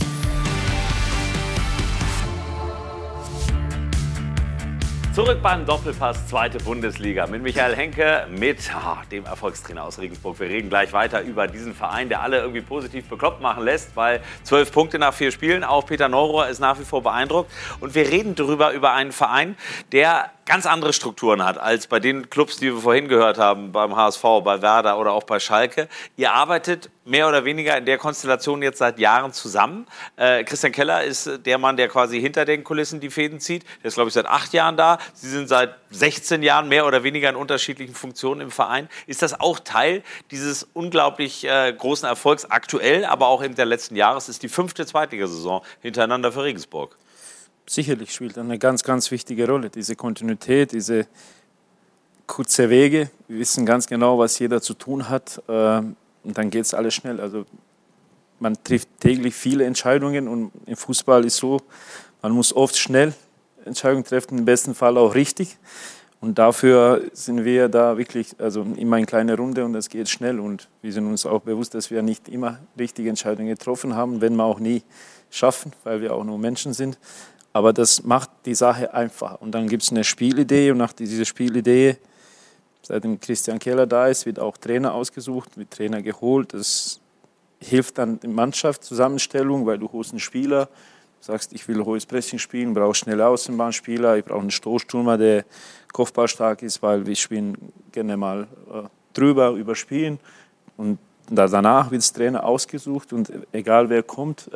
Speaker 7: Zurück beim Doppelpass, 2. Bundesliga mit Michael Henke, mit dem Erfolgstrainer aus Regensburg. Wir reden gleich weiter über diesen Verein, der alle irgendwie positiv bekloppt machen lässt, weil 12 Punkte nach 4 Spielen, auch Peter Neurohr ist nach wie vor beeindruckt. Und wir reden darüber, über einen Verein, der ganz andere Strukturen hat als bei den Clubs, die wir vorhin gehört haben, beim HSV, bei Werder oder auch bei Schalke. Ihr arbeitet mehr oder weniger in der Konstellation jetzt seit Jahren zusammen. Christian Keller ist der Mann, der quasi hinter den Kulissen die Fäden zieht. Der ist, glaube ich, seit 8 Jahren da. Sie sind seit 16 Jahren mehr oder weniger in unterschiedlichen Funktionen im Verein. Ist das auch Teil dieses unglaublich großen Erfolgs aktuell, aber auch in der letzten Jahre? Es ist die 5. Zweitligasaison hintereinander für Regensburg.
Speaker 8: Sicherlich spielt eine ganz, ganz wichtige Rolle. Diese Kontinuität, diese kurzen Wege. Wir wissen ganz genau, was jeder zu tun hat. Und dann geht es alles schnell. Also man trifft täglich viele Entscheidungen und im Fußball ist so, man muss oft schnell Entscheidungen treffen, im besten Fall auch richtig. Und dafür sind wir da wirklich, also immer eine kleine Runde und das geht schnell. Und wir sind uns auch bewusst, dass wir nicht immer richtige Entscheidungen getroffen haben, wenn wir auch nie schaffen, weil wir auch nur Menschen sind. Aber das macht die Sache einfacher. Und dann gibt es eine Spielidee und nach dieser Spielidee, seitdem Christian Keller da ist, wird auch Trainer ausgesucht, wird Trainer geholt. Das hilft dann der Mannschaftszusammenstellung, weil du holst einen Spieler, sagst, ich will hohes Pressing spielen, brauche schnelle Außenbahnspieler, ich brauche einen Stoßstürmer, der kopfballstark ist, weil wir spielen gerne mal drüber, überspielen. Und danach wird das Trainer ausgesucht und egal wer kommt,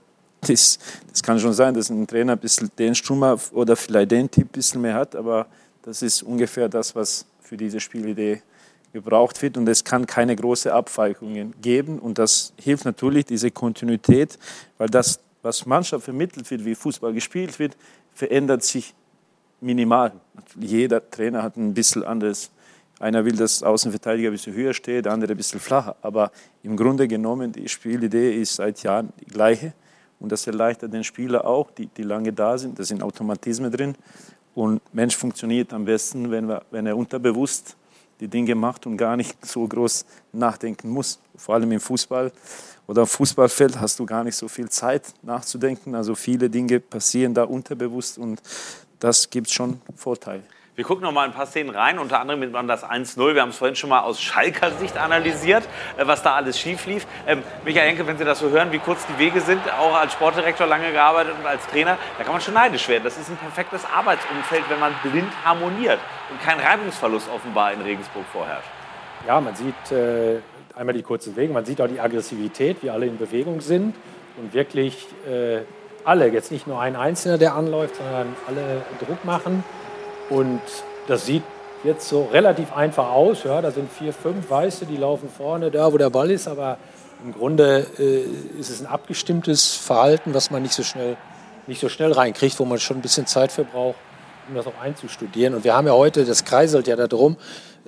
Speaker 8: das kann schon sein, dass ein Trainer ein bisschen den Stürmer oder vielleicht den Typ ein bisschen mehr hat, aber das ist ungefähr das, was für diese Spielidee gebraucht wird und es kann keine großen Abweichungen geben und das hilft natürlich, diese Kontinuität, weil das, was Mannschaft vermittelt wird, wie Fußball gespielt wird, verändert sich minimal. Jeder Trainer hat ein bisschen anderes. Einer will, dass Außenverteidiger ein bisschen höher steht, der andere ein bisschen flacher, aber im Grunde genommen, die Spielidee ist seit Jahren die gleiche. Und das erleichtert den Spieler auch, die lange da sind. Da sind Automatismen drin. Und Mensch funktioniert am besten, wenn er unterbewusst die Dinge macht und gar nicht so groß nachdenken muss. Vor allem im Fußball oder am Fußballfeld hast du gar nicht so viel Zeit nachzudenken. Also viele Dinge passieren da unterbewusst und das gibt schon Vorteile.
Speaker 7: Wir gucken noch mal ein paar Szenen rein, unter anderem mit das 1-0. Wir haben es vorhin schon mal aus Schalker Sicht analysiert, was da alles schief lief. Michael Henke, wenn Sie das so hören, wie kurz die Wege sind, auch als Sportdirektor lange gearbeitet und als Trainer, da kann man schon neidisch werden. Das ist ein perfektes Arbeitsumfeld, wenn man blind harmoniert und kein Reibungsverlust offenbar in Regensburg vorherrscht.
Speaker 9: Ja, man sieht einmal die kurzen Wege, man sieht auch die Aggressivität, wie alle in Bewegung sind und wirklich alle, jetzt nicht nur ein Einzelner, der anläuft, sondern alle Druck machen. Und das sieht jetzt so relativ einfach aus. Ja, da sind 4, 5 Weiße, die laufen vorne, da wo der Ball ist. Aber im Grunde ist es ein abgestimmtes Verhalten, was man nicht so schnell reinkriegt, wo man schon ein bisschen Zeit für braucht, um das auch einzustudieren. Und wir haben ja heute, das kreiselt ja darum,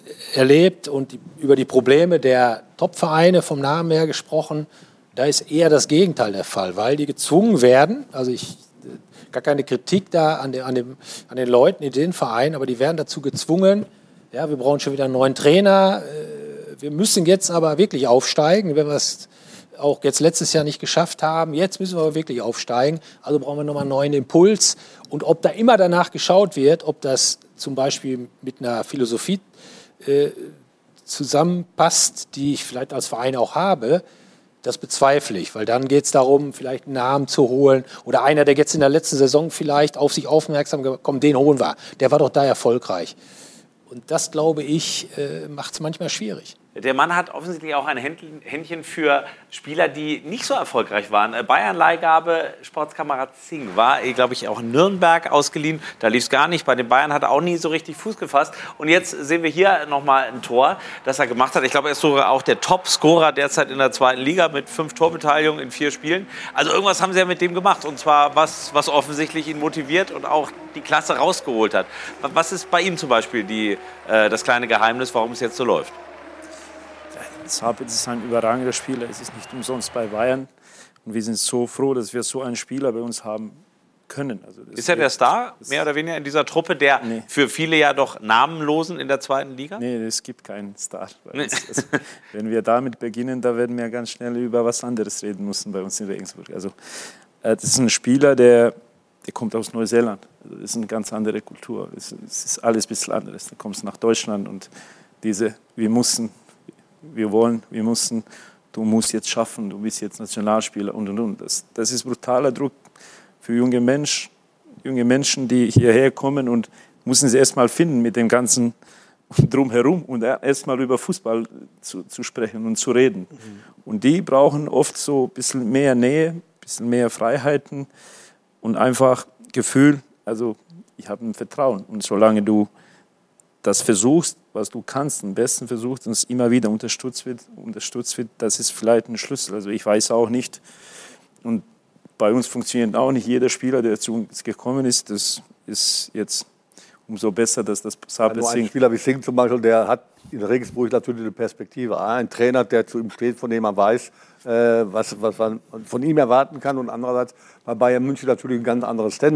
Speaker 9: erlebt und über die Probleme der Top-Vereine vom Namen her gesprochen. Da ist eher das Gegenteil der Fall, weil die gezwungen werden, also gar keine Kritik da an den Leuten in den Vereinen, aber die werden dazu gezwungen, ja, wir brauchen schon wieder einen neuen Trainer, wir müssen jetzt aber wirklich aufsteigen, wenn wir es auch jetzt letztes Jahr nicht geschafft haben, jetzt müssen wir aber wirklich aufsteigen, also brauchen wir nochmal einen neuen Impuls und ob da immer danach geschaut wird, ob das zum Beispiel mit einer Philosophie zusammenpasst, die ich vielleicht als Verein auch habe, das bezweifle ich, weil dann geht es darum, vielleicht einen Namen zu holen oder einer, der jetzt in der letzten Saison vielleicht auf sich aufmerksam gekommen, den holen wir. Der war doch da erfolgreich. Und das, glaube ich, macht es manchmal schwierig.
Speaker 7: Der Mann hat offensichtlich auch ein Händchen für Spieler, die nicht so erfolgreich waren. Bayern-Leihgabe, Sportskamerad Singh war, glaube ich, auch in Nürnberg ausgeliehen. Da lief es gar nicht. Bei den Bayern hat er auch nie so richtig Fuß gefasst. Und jetzt sehen wir hier nochmal ein Tor, das er gemacht hat. Ich glaube, er ist sogar auch der Top-Scorer derzeit in der 2. Liga mit 5 Torbeteiligungen in 4 Spielen. Also irgendwas haben sie ja mit dem gemacht. Und zwar was offensichtlich ihn motiviert und auch die Klasse rausgeholt hat. Was ist bei ihm zum Beispiel das kleine Geheimnis, warum es jetzt so läuft?
Speaker 8: Sabitzer ist ein überragender Spieler, es ist nicht umsonst bei Bayern und wir sind so froh, dass wir so einen Spieler bei uns haben können. Also
Speaker 7: ist er der Star, mehr oder weniger in dieser Truppe, der für viele ja doch Namenlosen in der 2. Liga?
Speaker 8: Nee, es gibt keinen Star. Wenn wir damit beginnen, da werden wir ganz schnell über was anderes reden müssen bei uns in Regensburg. Also das ist ein Spieler, der kommt aus Neuseeland. Also, das ist eine ganz andere Kultur. Es ist alles ein bisschen anderes. Da kommst du nach Deutschland und wir mussten, du musst jetzt schaffen, du bist jetzt Nationalspieler und. Das ist brutaler Druck für junge Menschen, die hierher kommen und müssen sie erst mal finden mit dem ganzen Drumherum und erst mal über Fußball zu sprechen und zu reden. Und die brauchen oft so ein bisschen mehr Nähe, ein bisschen mehr Freiheiten und einfach Gefühl, also ich habe ein Vertrauen und solange du das versuchst, was du kannst, am besten versuchst und es immer wieder unterstützt wird, das ist vielleicht ein Schlüssel. Also ich weiß auch nicht, und bei uns funktioniert auch nicht jeder Spieler, der zu uns gekommen ist. Das ist jetzt umso besser, dass das Sabitzer
Speaker 4: Singh. Ein Spieler wie Singh zum Beispiel, der hat in Regensburg natürlich eine Perspektive. Ein Trainer, der zu ihm steht, von dem man weiß, was man von ihm erwarten kann. Und andererseits bei Bayern München natürlich ein ganz anderes Standing.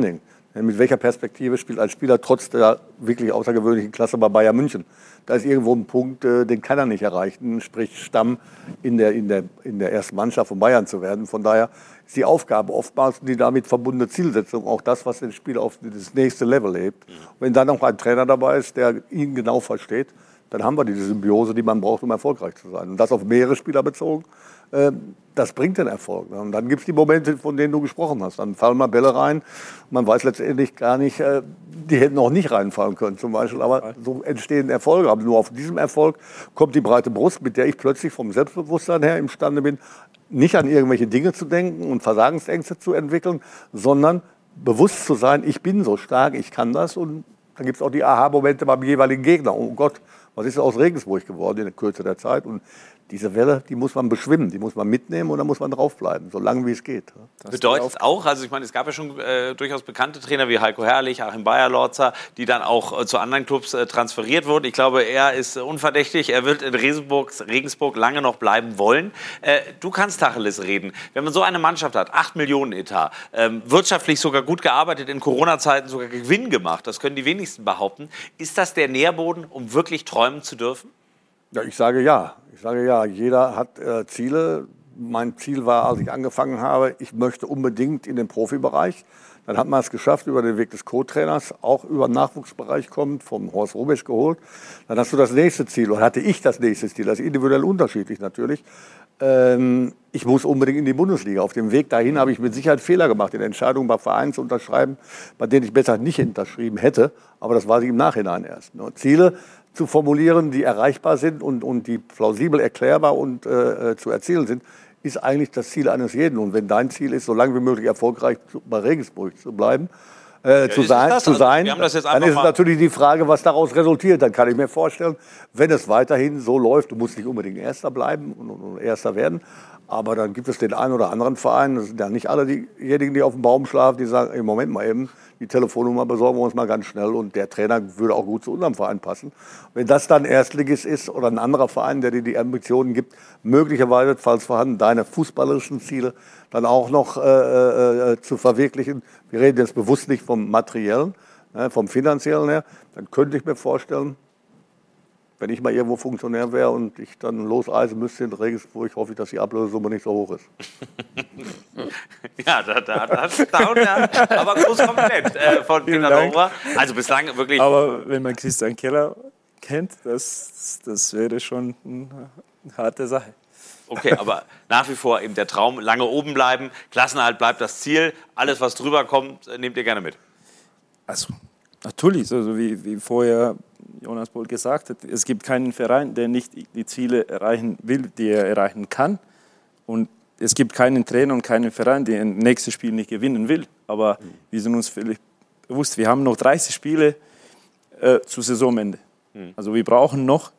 Speaker 4: Mit welcher Perspektive spielt ein Spieler trotz der wirklich außergewöhnlichen Klasse bei Bayern München? Da ist irgendwo ein Punkt, den kann er nicht erreichen, sprich Stamm in der ersten Mannschaft von Bayern zu werden. Von daher ist die Aufgabe oftmals die damit verbundene Zielsetzung auch das, was den Spieler auf das nächste Level hebt. Und wenn dann noch ein Trainer dabei ist, der ihn genau versteht, dann haben wir diese Symbiose, die man braucht, um erfolgreich zu sein. Und das auf mehrere Spieler bezogen, das bringt den Erfolg. Und dann gibt es die Momente, von denen du gesprochen hast. Dann fallen mal Bälle rein. Man weiß letztendlich gar nicht, die hätten auch nicht reinfallen können zum Beispiel. Aber so entstehen Erfolge. Aber nur auf diesem Erfolg kommt die breite Brust, mit der ich plötzlich vom Selbstbewusstsein her imstande bin, nicht an irgendwelche Dinge zu denken und Versagensängste zu entwickeln, sondern bewusst zu sein, ich bin so stark, ich kann das. Und dann gibt es auch die Aha-Momente beim jeweiligen Gegner. Oh Gott, was ist aus Regensburg geworden in der Kürze der Zeit? Und diese Welle, die muss man beschwimmen, die muss man mitnehmen und dann muss man draufbleiben, so lange wie es geht.
Speaker 7: Das bedeutet auch, also ich meine, es gab ja schon durchaus bekannte Trainer wie Heiko Herrlich, Achim Beyer-Lorzer, die dann auch zu anderen Clubs transferiert wurden. Ich glaube, er ist unverdächtig, er wird in Regensburg lange noch bleiben wollen. Du kannst Tacheles reden. Wenn man so eine Mannschaft hat, 8 Millionen Etat, wirtschaftlich sogar gut gearbeitet, in Corona-Zeiten sogar Gewinn gemacht, das können die wenigsten behaupten. Ist das der Nährboden, um wirklich träumen zu dürfen?
Speaker 4: Ja, ich sage ja. Jeder hat Ziele. Mein Ziel war, als ich angefangen habe, ich möchte unbedingt in den Profibereich. Dann hat man es geschafft, über den Weg des Co-Trainers, auch über den Nachwuchsbereich kommt, vom Horst Rubesch geholt. Dann hast du das nächste Ziel, oder hatte ich das nächste Ziel, das ist individuell unterschiedlich natürlich. Ich muss unbedingt in die Bundesliga. Auf dem Weg dahin habe ich mit Sicherheit Fehler gemacht, in Entscheidungen bei Vereinen zu unterschreiben, bei denen ich besser nicht unterschrieben hätte. Aber das weiß ich im Nachhinein erst. Ziele zu formulieren, die erreichbar sind und die plausibel erklärbar und zu erzielen sind, ist eigentlich das Ziel eines jeden. Und wenn dein Ziel ist, so lange wie möglich erfolgreich bei Regensburg zu bleiben, zu sein, dann ist es natürlich die Frage, was daraus resultiert. Dann kann ich mir vorstellen, wenn es weiterhin so läuft, du musst nicht unbedingt Erster bleiben und Erster werden, aber dann gibt es den einen oder anderen Verein, das sind ja nicht alle diejenigen, die auf dem Baum schlafen, die sagen, im Moment mal eben, die Telefonnummer besorgen wir uns mal ganz schnell und der Trainer würde auch gut zu unserem Verein passen. Wenn das dann Erstligist ist oder ein anderer Verein, der dir die Ambitionen gibt, möglicherweise, falls vorhanden, deine fußballerischen Ziele dann auch noch zu verwirklichen. Wir reden jetzt bewusst nicht vom Materiellen, vom Finanziellen her. Dann könnte ich mir vorstellen, wenn ich mal irgendwo Funktionär wäre und ich dann losreisen müsste in Regensburg, hoffe ich, dass die Ablösesumme nicht so hoch ist.
Speaker 7: Ja, aber großes Kompliment von Peter Daurer. Also bislang wirklich...
Speaker 8: Aber wenn man Christian Keller kennt, das wäre schon eine harte Sache.
Speaker 7: Okay, aber nach wie vor eben der Traum, lange oben bleiben, Klassenerhalt bleibt das Ziel, alles was drüber kommt, nehmt ihr gerne mit.
Speaker 8: Also natürlich, also wie vorher Jonas Bold gesagt hat, es gibt keinen Verein, der nicht die Ziele erreichen will, die er erreichen kann. Und es gibt keinen Trainer und keinen Verein, der ein nächstes Spiel nicht gewinnen will. Aber wir sind uns völlig bewusst, wir haben noch 30 Spiele zu Saisonende. Also wir brauchen noch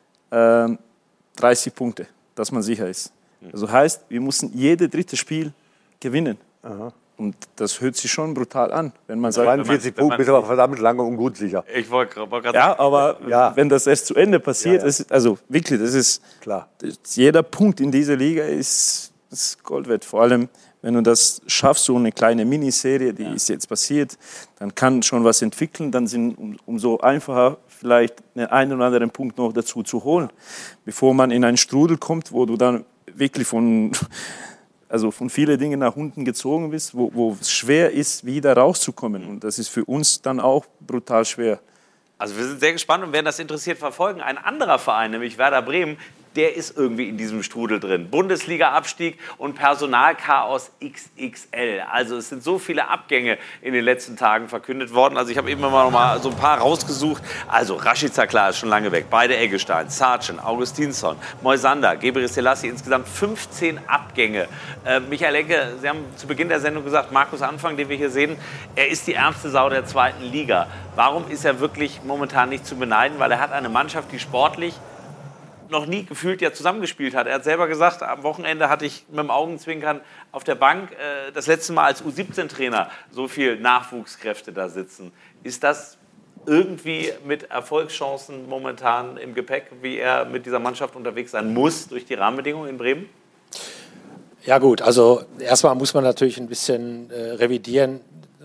Speaker 8: 30 Punkte, dass man sicher ist. Also heißt, wir müssen jedes dritte Spiel gewinnen. Aha. Und das hört sich schon brutal an, wenn man sagt...
Speaker 4: 42 Punkte bist aber verdammt lange und gut sicher.
Speaker 7: Ich wollte gerade sagen...
Speaker 8: Ja, aber wenn das erst zu Ende passiert, ist, also wirklich, das ist...
Speaker 4: Klar.
Speaker 8: Jeder Punkt in dieser Liga ist Gold wert. Vor allem, wenn du das schaffst, so eine kleine Miniserie, die ist jetzt passiert, dann kann schon was entwickeln, dann sind umso einfacher vielleicht einen oder anderen Punkt noch dazu zu holen, bevor man in einen Strudel kommt, wo du dann wirklich von vielen Dingen nach unten gezogen bist, wo es schwer ist, wieder rauszukommen. Und das ist für uns dann auch brutal schwer.
Speaker 7: Also wir sind sehr gespannt und werden das interessiert verfolgen. Ein anderer Verein, nämlich Werder Bremen, der ist irgendwie in diesem Strudel drin. Bundesliga-Abstieg und Personalchaos XXL. Also es sind so viele Abgänge in den letzten Tagen verkündet worden. Also ich habe eben noch mal so ein paar rausgesucht. Also Rashica klar ist schon lange weg. Beide Eggestein, Sargent, Augustinsson, Moisander, Gebre Selassie. Insgesamt 15 Abgänge. Michael Enke, Sie haben zu Beginn der Sendung gesagt, Markus Anfang, den wir hier sehen, er ist die ärmste Sau der zweiten Liga. Warum ist er wirklich momentan nicht zu beneiden? Weil er hat eine Mannschaft, die sportlich noch nie gefühlt ja zusammengespielt hat. Er hat selber gesagt, am Wochenende hatte ich mit dem Augenzwinkern auf der Bank das letzte Mal als U17-Trainer so viel Nachwuchskräfte da sitzen. Ist das irgendwie mit Erfolgschancen momentan im Gepäck, wie er mit dieser Mannschaft unterwegs sein muss durch die Rahmenbedingungen in Bremen?
Speaker 9: Ja gut, also erstmal muss man natürlich ein bisschen revidieren.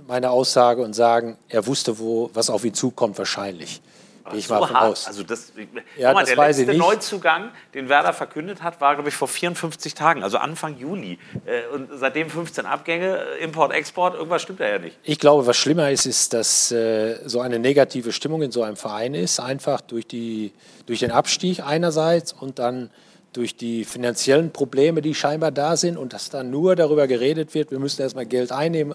Speaker 9: meine Aussage und sagen, er wusste, was auf ihn zukommt, wahrscheinlich. Gehe ich mal von aus.
Speaker 7: Also das,
Speaker 9: ja,
Speaker 7: mal,
Speaker 9: das
Speaker 7: der
Speaker 9: weiß
Speaker 7: letzte
Speaker 9: ich nicht.
Speaker 7: Neuzugang, den Werder verkündet hat, war, glaube ich, vor 54 Tagen, also Anfang Juli. Und seitdem 15 Abgänge, Import, Export, irgendwas stimmt da ja nicht.
Speaker 9: Ich glaube, was schlimmer ist, dass so eine negative Stimmung in so einem Verein ist, einfach durch den Abstieg einerseits und dann durch die finanziellen Probleme, die scheinbar da sind und dass dann nur darüber geredet wird, wir müssen erstmal Geld einnehmen.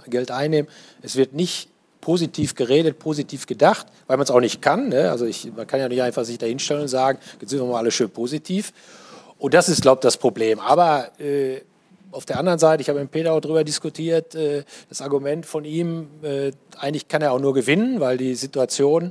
Speaker 9: Es wird nicht positiv geredet, positiv gedacht, weil man es auch nicht kann. Ne? Also man kann ja nicht einfach sich da hinstellen und sagen, jetzt sind wir mal alle schön positiv. Und das ist, glaube ich, das Problem. Aber auf der anderen Seite, ich habe mit Peter auch darüber diskutiert, das Argument von ihm, eigentlich kann er auch nur gewinnen, weil die Situation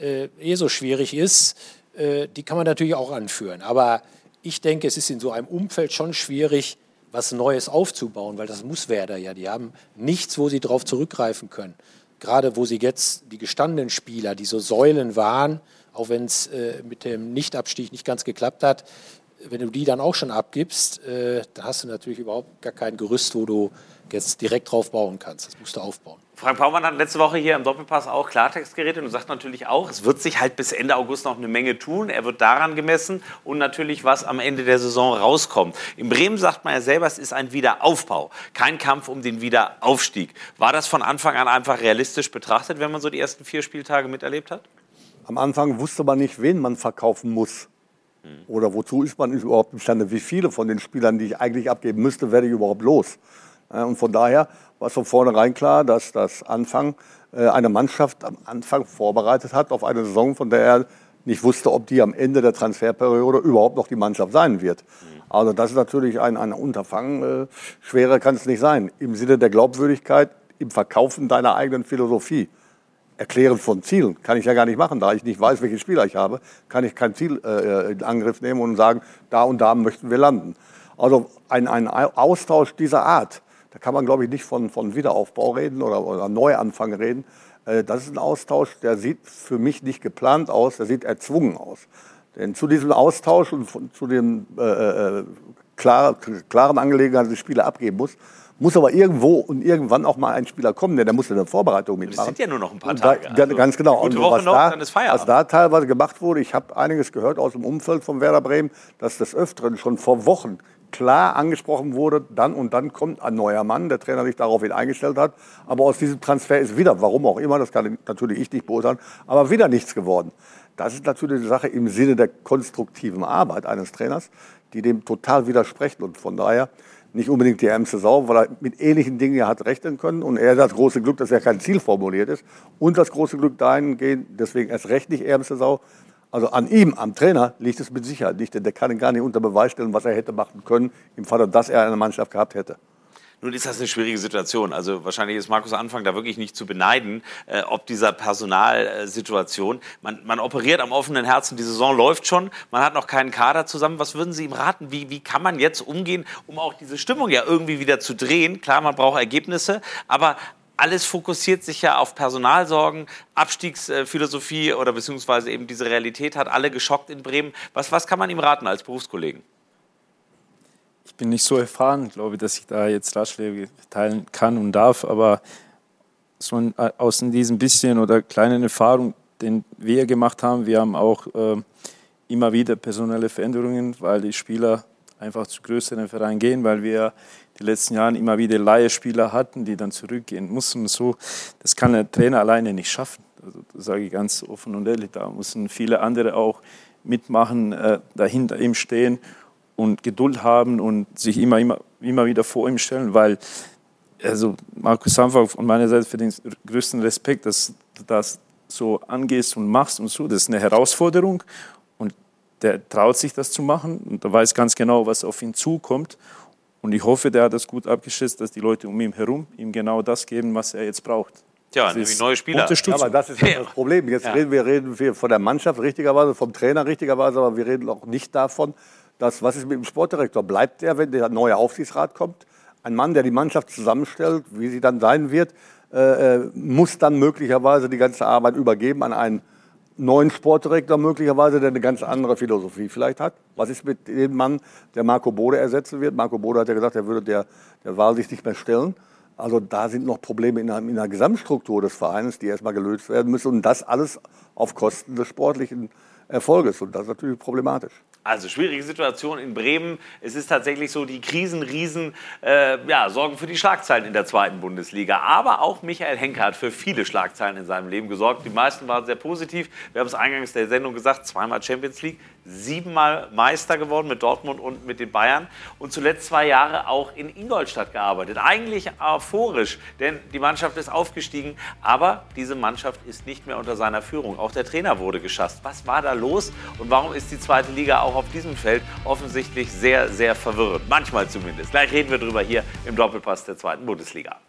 Speaker 9: so schwierig ist, die kann man natürlich auch anführen. Aber ich denke, es ist in so einem Umfeld schon schwierig, was Neues aufzubauen, weil das muss Werder ja. Die haben nichts, wo sie drauf zurückgreifen können. Gerade wo sie jetzt die gestandenen Spieler, die so Säulen waren, auch wenn es mit dem Nichtabstieg nicht ganz geklappt hat, wenn du die dann auch schon abgibst, dann hast du natürlich überhaupt gar kein Gerüst, wo du jetzt direkt drauf bauen kannst. Das musst du aufbauen.
Speaker 7: Frank Baumann hat letzte Woche hier im Doppelpass auch Klartext geredet und sagt natürlich auch, es wird sich halt bis Ende August noch eine Menge tun. Er wird daran gemessen und natürlich, was am Ende der Saison rauskommt. In Bremen sagt man ja selber, es ist ein Wiederaufbau, kein Kampf um den Wiederaufstieg. War das von Anfang an einfach realistisch betrachtet, wenn man so die ersten 4 Spieltage miterlebt hat?
Speaker 4: Am Anfang wusste man nicht, wen man verkaufen muss. Oder wozu ist man überhaupt imstande? Wie viele von den Spielern, die ich eigentlich abgeben müsste, werde ich überhaupt los? Und von daher war es von vornherein klar, dass das Anfang eine Mannschaft am Anfang vorbereitet hat auf eine Saison, von der er nicht wusste, ob die am Ende der Transferperiode überhaupt noch die Mannschaft sein wird. Also das ist natürlich ein Unterfangen. Schwerer kann es nicht sein. Im Sinne der Glaubwürdigkeit, im Verkaufen deiner eigenen Philosophie. Erklären von Zielen kann ich ja gar nicht machen. Da ich nicht weiß, welche Spieler ich habe, kann ich kein Ziel in Angriff nehmen und sagen, da und da möchten wir landen. Also ein Austausch dieser Art, da kann man, glaube ich, nicht von Wiederaufbau reden oder Neuanfang reden. Das ist ein Austausch, der sieht für mich nicht geplant aus, der sieht erzwungen aus. Denn zu diesem Austausch und zu den klaren Angelegenheiten, die Spieler abgeben muss aber irgendwo und irgendwann auch mal ein Spieler kommen, der muss in der Vorbereitung mitmachen.
Speaker 7: Das sind ja nur noch ein paar Tage.
Speaker 4: Ganz genau.
Speaker 7: Gute Woche noch, dann ist Feierabend.
Speaker 4: Was da teilweise gemacht wurde, ich habe einiges gehört aus dem Umfeld von Werder Bremen, dass des Öfteren schon vor Wochen klar angesprochen wurde, dann und dann kommt ein neuer Mann, der Trainer sich daraufhin eingestellt hat. Aber aus diesem Transfer ist wieder, warum auch immer, das kann natürlich ich nicht beurteilen, aber wieder nichts geworden. Das ist natürlich eine Sache im Sinne der konstruktiven Arbeit eines Trainers, die dem total widersprechen. Und von daher nicht unbedingt die ärmste Sau, weil er mit ähnlichen Dingen ja hat rechnen können. Und er hat das große Glück, dass er kein Ziel formuliert ist. Und das große Glück dahingehend, deswegen erst recht nicht ärmste Sau. Also an ihm, am Trainer, liegt es mit Sicherheit nicht. Denn der kann ihn gar nicht unter Beweis stellen, was er hätte machen können, im Falle, dass er eine Mannschaft gehabt hätte.
Speaker 7: Nun ist das eine schwierige Situation. Also wahrscheinlich ist Markus Anfang da wirklich nicht zu beneiden, ob dieser Personalsituation. Man operiert am offenen Herzen, die Saison läuft schon, man hat noch keinen Kader zusammen. Was würden Sie ihm raten? Wie kann man jetzt umgehen, um auch diese Stimmung ja irgendwie wieder zu drehen? Klar, man braucht Ergebnisse, aber alles fokussiert sich ja auf Personalsorgen, Abstiegsphilosophie oder beziehungsweise eben diese Realität hat alle geschockt in Bremen. Was kann man ihm raten als Berufskollegen?
Speaker 8: Ich bin nicht so erfahren, glaube ich, dass ich da jetzt Ratschläge teilen kann und darf, aber so aus diesem bisschen oder kleinen Erfahrung, den wir gemacht haben, wir haben auch immer wieder personelle Veränderungen, weil die Spieler einfach zu größeren Vereinen gehen, weil wir die letzten Jahre immer wieder Leihspieler hatten, die dann zurückgehen mussten und so. Das kann der Trainer alleine nicht schaffen. Also, das sage ich ganz offen und ehrlich. Da müssen viele andere auch mitmachen, dahinter ihm stehen und Geduld haben und sich immer wieder vor ihm stellen, weil also Markus Anfang von meiner Seite für den größten Respekt, dass du das so angehst und machst und so. Das ist eine Herausforderung und der traut sich das zu machen und der weiß ganz genau, was auf ihn zukommt. Und ich hoffe, der hat das gut abgeschätzt, dass die Leute um ihn herum ihm genau das geben, was er jetzt braucht.
Speaker 7: Tja, nämlich neue Spieler.
Speaker 4: Ja, aber das ist das Problem. Jetzt reden wir von der Mannschaft richtigerweise, vom Trainer richtigerweise, aber wir reden auch nicht davon, was ist mit dem Sportdirektor? Bleibt der, wenn der neue Aufsichtsrat kommt? Ein Mann, der die Mannschaft zusammenstellt, wie sie dann sein wird, muss dann möglicherweise die ganze Arbeit übergeben an einen neuen Sportdirektor, möglicherweise, der eine ganz andere Philosophie vielleicht hat. Was ist mit dem Mann, der Marco Bode ersetzen wird? Marco Bode hat ja gesagt, er würde der Wahl sich nicht mehr stellen. Also da sind noch Probleme in der Gesamtstruktur des Vereins, die erstmal gelöst werden müssen. Und das alles auf Kosten des sportlichen Erfolges. Und das ist natürlich problematisch.
Speaker 7: Also schwierige Situation in Bremen. Es ist tatsächlich so, die Krisenriesen sorgen für die Schlagzeilen in der 2. Bundesliga. Aber auch Michael Henke hat für viele Schlagzeilen in seinem Leben gesorgt. Die meisten waren sehr positiv. Wir haben es eingangs der Sendung gesagt, 2-mal Champions League, 7-mal Meister geworden mit Dortmund und mit den Bayern. Und zuletzt 2 Jahre auch in Ingolstadt gearbeitet. Eigentlich euphorisch, denn die Mannschaft ist aufgestiegen. Aber diese Mannschaft ist nicht mehr unter seiner Führung. Auch der Trainer wurde geschasst. Was war da los und warum ist die 2. Liga auch auf diesem Feld offensichtlich sehr, sehr verwirrend. Manchmal zumindest. Gleich reden wir drüber hier im Doppelpass der 2. Bundesliga.